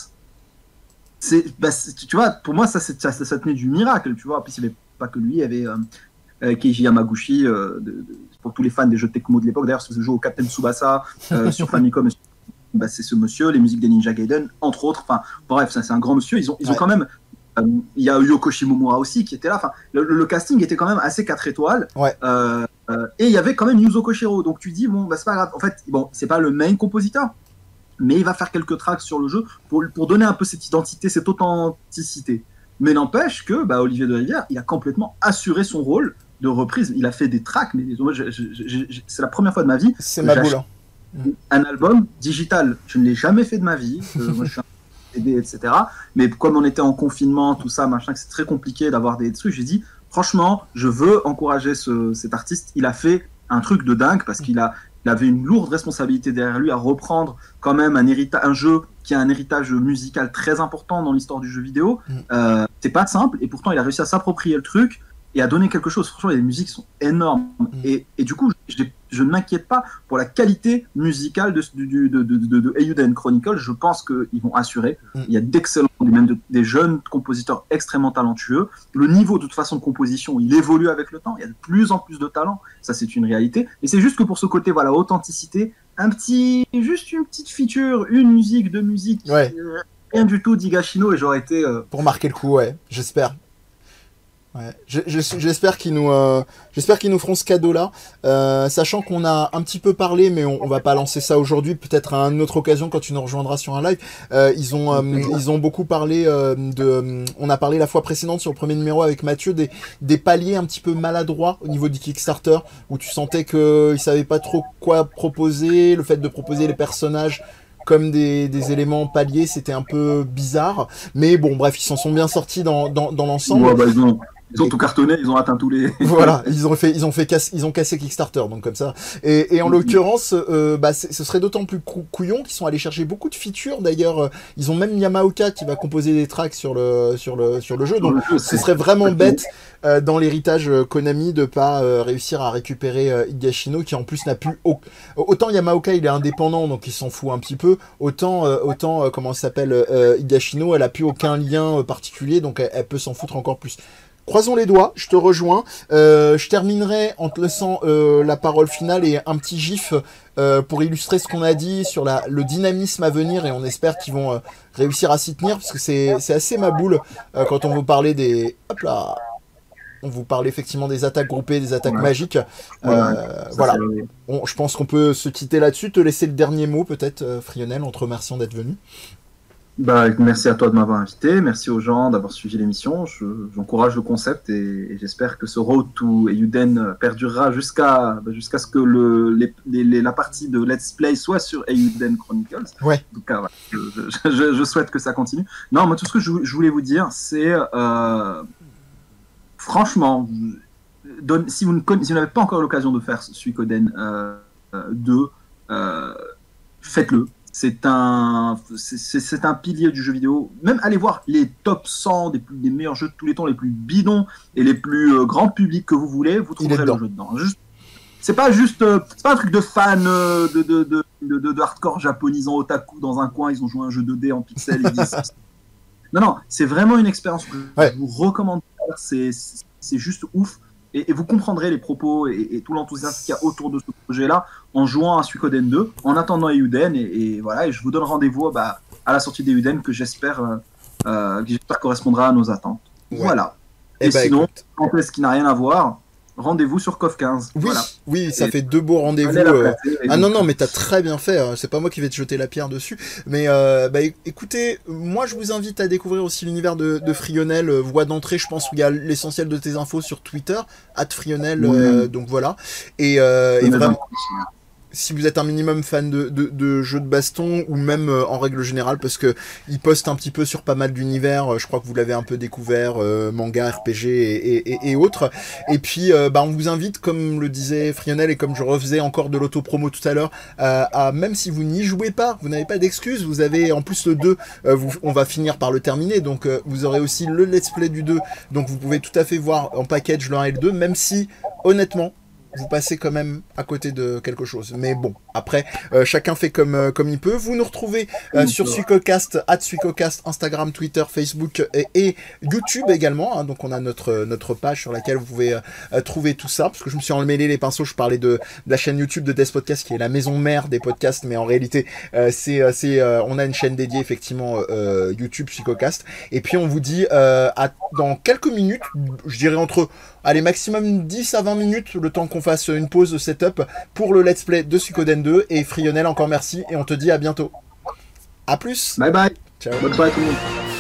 C'est, bah, c'est, tu vois, pour moi, ça, c'est, ça, ça tenait du miracle, tu vois. Puis, il n'y avait pas que lui, il y avait euh, euh, Keiji Yamaguchi, euh, de, de, pour tous les fans des jeux Tecmo de l'époque. D'ailleurs, ce jeu au Captain Tsubasa euh, sur Famicom, bah, c'est ce monsieur, les musiques des Ninja Gaiden, entre autres. Enfin, bref, ça, c'est un grand monsieur. Ils ont, ils ont ouais. quand même. Il euh, y a Yoko Shimomura aussi qui était là. Enfin, le, le casting était quand même assez quatre étoiles. Ouais. Euh, euh, et il y avait quand même Yuzo Koshiro. Donc tu dis bon, bah, c'est pas grave. En fait, bon, c'est pas le main compositeur, mais il va faire quelques tracks sur le jeu pour pour donner un peu cette identité, cette authenticité. Mais n'empêche que bah, Olivier de Rivière, il a complètement assuré son rôle de reprise. Il a fait des tracks, mais moi, je, je, je, je, c'est la première fois de ma vie. C'est ma boule. Un album digital, je ne l'ai jamais fait de ma vie. Euh, moi, je suis un C D, et cetera. Mais comme on était en confinement, tout ça, machin, que c'est très compliqué d'avoir des trucs, j'ai dit, franchement, je veux encourager ce, cet artiste. Il a fait un truc de dingue parce qu'il a, il avait une lourde responsabilité derrière lui à reprendre quand même un, hérita- un jeu qui a un héritage musical très important dans l'histoire du jeu vidéo. Mm. Euh, c'est pas simple et pourtant il a réussi à s'approprier le truc et à donner quelque chose. Franchement, les musiques sont énormes. Mm. Et, et du coup, je, je ne m'inquiète pas pour la qualité musicale de, de, de, de, de, de Eiyuden Chronicle. Je pense qu'ils vont assurer. Mm. Il y a d'excellents, même de, des jeunes compositeurs extrêmement talentueux. Le niveau, de toute façon, de composition, il évolue avec le temps. Il y a de plus en plus de talent. Ça, c'est une réalité. Et c'est juste que pour ce côté, voilà, authenticité, un petit, juste une petite feature, une musique, deux musiques, ouais. euh, rien du tout d'Higashino et j'aurais été... Euh... Pour marquer le coup, ouais, j'espère. Ouais. Je, je, j'espère qu'ils nous, euh, j'espère qu'ils nous feront ce cadeau-là, euh, sachant qu'on a un petit peu parlé, mais on, on va pas lancer ça aujourd'hui, peut-être à une autre occasion quand tu nous rejoindras sur un live. Euh, ils ont, euh, ils ont beaucoup parlé euh, de, on a parlé la fois précédente sur le premier numéro avec Mathieu des, des paliers un petit peu maladroits au niveau du Kickstarter, où tu sentais que ils savaient pas trop quoi proposer, le fait de proposer les personnages comme des, des éléments paliers, c'était un peu bizarre, mais bon, bref, ils s'en sont bien sortis dans, dans, dans l'ensemble. Ouais, bah, ils ont... Ils ont tout cartonné, ils ont atteint tous les. Voilà, ils ont fait, ils ont fait casse, ils ont cassé Kickstarter, donc comme ça. Et, et en l'occurrence, euh, bah, ce serait d'autant plus cou- couillon qu'ils sont allés chercher beaucoup de features. D'ailleurs, ils ont même Yamaoka qui va composer des tracks sur le, sur le, sur le jeu. Donc, le jeu, ce serait vraiment bête euh, dans l'héritage Konami de pas euh, réussir à récupérer euh, Higashino, qui en plus n'a plus au... autant Yamaoka il est indépendant, donc il s'en fout un petit peu. Autant, euh, autant euh, comment ça s'appelle, euh, Higashino, elle a plus aucun lien euh, particulier, donc elle, elle peut s'en foutre encore plus. Croisons les doigts, je te rejoins. Euh, je terminerai en te laissant euh, la parole finale et un petit gif euh, pour illustrer ce qu'on a dit sur la, le dynamisme à venir, et on espère qu'ils vont euh, réussir à s'y tenir, parce que c'est, c'est assez ma boule euh, quand on vous parlait des... Hop là, on vous parle effectivement des attaques groupées, des attaques ouais. magiques. Euh, ouais, voilà. On, je pense qu'on peut se quitter là-dessus. Te laisser le dernier mot peut-être, euh, Frionel, en te remerciant d'être venu. Bah, merci à toi de m'avoir invité, merci aux gens d'avoir suivi l'émission, je, j'encourage le concept et, et j'espère que ce Road to Eiyuden perdurera jusqu'à, jusqu'à ce que le, les, les, la partie de Let's Play soit sur Eiyuden Chronicles. Ouais. En tout cas, voilà, je, je, je souhaite que ça continue. Non, moi tout ce que je, je voulais vous dire, c'est euh, franchement, donne, si, vous ne conna- si vous n'avez pas encore l'occasion de faire Suikoden euh, deux, euh, faites-le. C'est un, c'est, c'est un pilier du jeu vidéo. Même allez voir les top cent des, plus, des meilleurs jeux de tous les temps, les plus bidons et les plus euh, grand public que vous voulez, vous trouverez le jeu dedans. Juste, c'est pas juste, euh, c'est pas un truc de fan euh, de, de, de, de, de, de hardcore japonisant otaku dans un coin, ils ont joué un jeu deux D en pixels. Ils disent... Non, non, c'est vraiment une expérience que ouais. je vous recommande de faire. C'est, c'est, c'est juste ouf. Et, et vous comprendrez les propos et, et tout l'enthousiasme qu'il y a autour de ce projet-là en jouant à Suikoden deux, en attendant Eiyuden, et, et voilà, et je vous donne rendez-vous bah, à la sortie d'Eiyuden que j'espère, euh, euh, que j'espère correspondra à nos attentes. Ouais. Voilà. Et, et bah, sinon, quand est-ce qui n'a rien à voir, rendez-vous sur C O F quinze. Oui, voilà. oui, ça et fait deux beaux rendez-vous. Euh... Ah non, non, mais t'as très bien fait. Hein. C'est pas moi qui vais te jeter la pierre dessus. Mais euh, bah, écoutez, moi je vous invite à découvrir aussi l'univers de, de Frionel. Euh, voie d'entrée, je pense, où il y a l'essentiel de tes infos sur Twitter, arobase Frionel. Oui. Euh, donc voilà. Et, euh, et vraiment. Si vous êtes un minimum fan de, de, de jeux de baston, ou même euh, en règle générale, parce que il poste un petit peu sur pas mal d'univers, euh, je crois que vous l'avez un peu découvert, euh, manga, R P G et, et, et autres. Et puis, euh, bah, on vous invite, comme le disait Frionel et comme je refaisais encore de l'auto-promo tout à l'heure, euh, à même si vous n'y jouez pas, vous n'avez pas d'excuses, vous avez en plus le deux, euh, vous, on va finir par le terminer, donc euh, vous aurez aussi le let's play du deux, donc vous pouvez tout à fait voir en package le un et le deux, même si, honnêtement, vous passez quand même à côté de quelque chose. Mais bon, après, euh, chacun fait comme, euh, comme il peut. Vous nous retrouvez euh, sur Suikocast, arobase Suikocast, Instagram, Twitter, Facebook et, et YouTube également. Hein. Donc on a notre, notre page sur laquelle vous pouvez euh, trouver tout ça. Parce que je me suis emmêlé les pinceaux, je parlais de, de la chaîne YouTube de Death Podcast, qui est la maison mère des podcasts. Mais en réalité, euh, c'est, c'est, euh, on a une chaîne dédiée effectivement euh, YouTube, Suikocast. Et puis on vous dit euh, à, dans quelques minutes, je dirais entre... Allez, maximum dix à vingt minutes, le temps qu'on fasse une pause de setup pour le let's play de Suikoden deux. Et Frionel, encore merci, et on te dit à bientôt. À plus. Bye bye. Ciao. Bonne soirée tout le monde.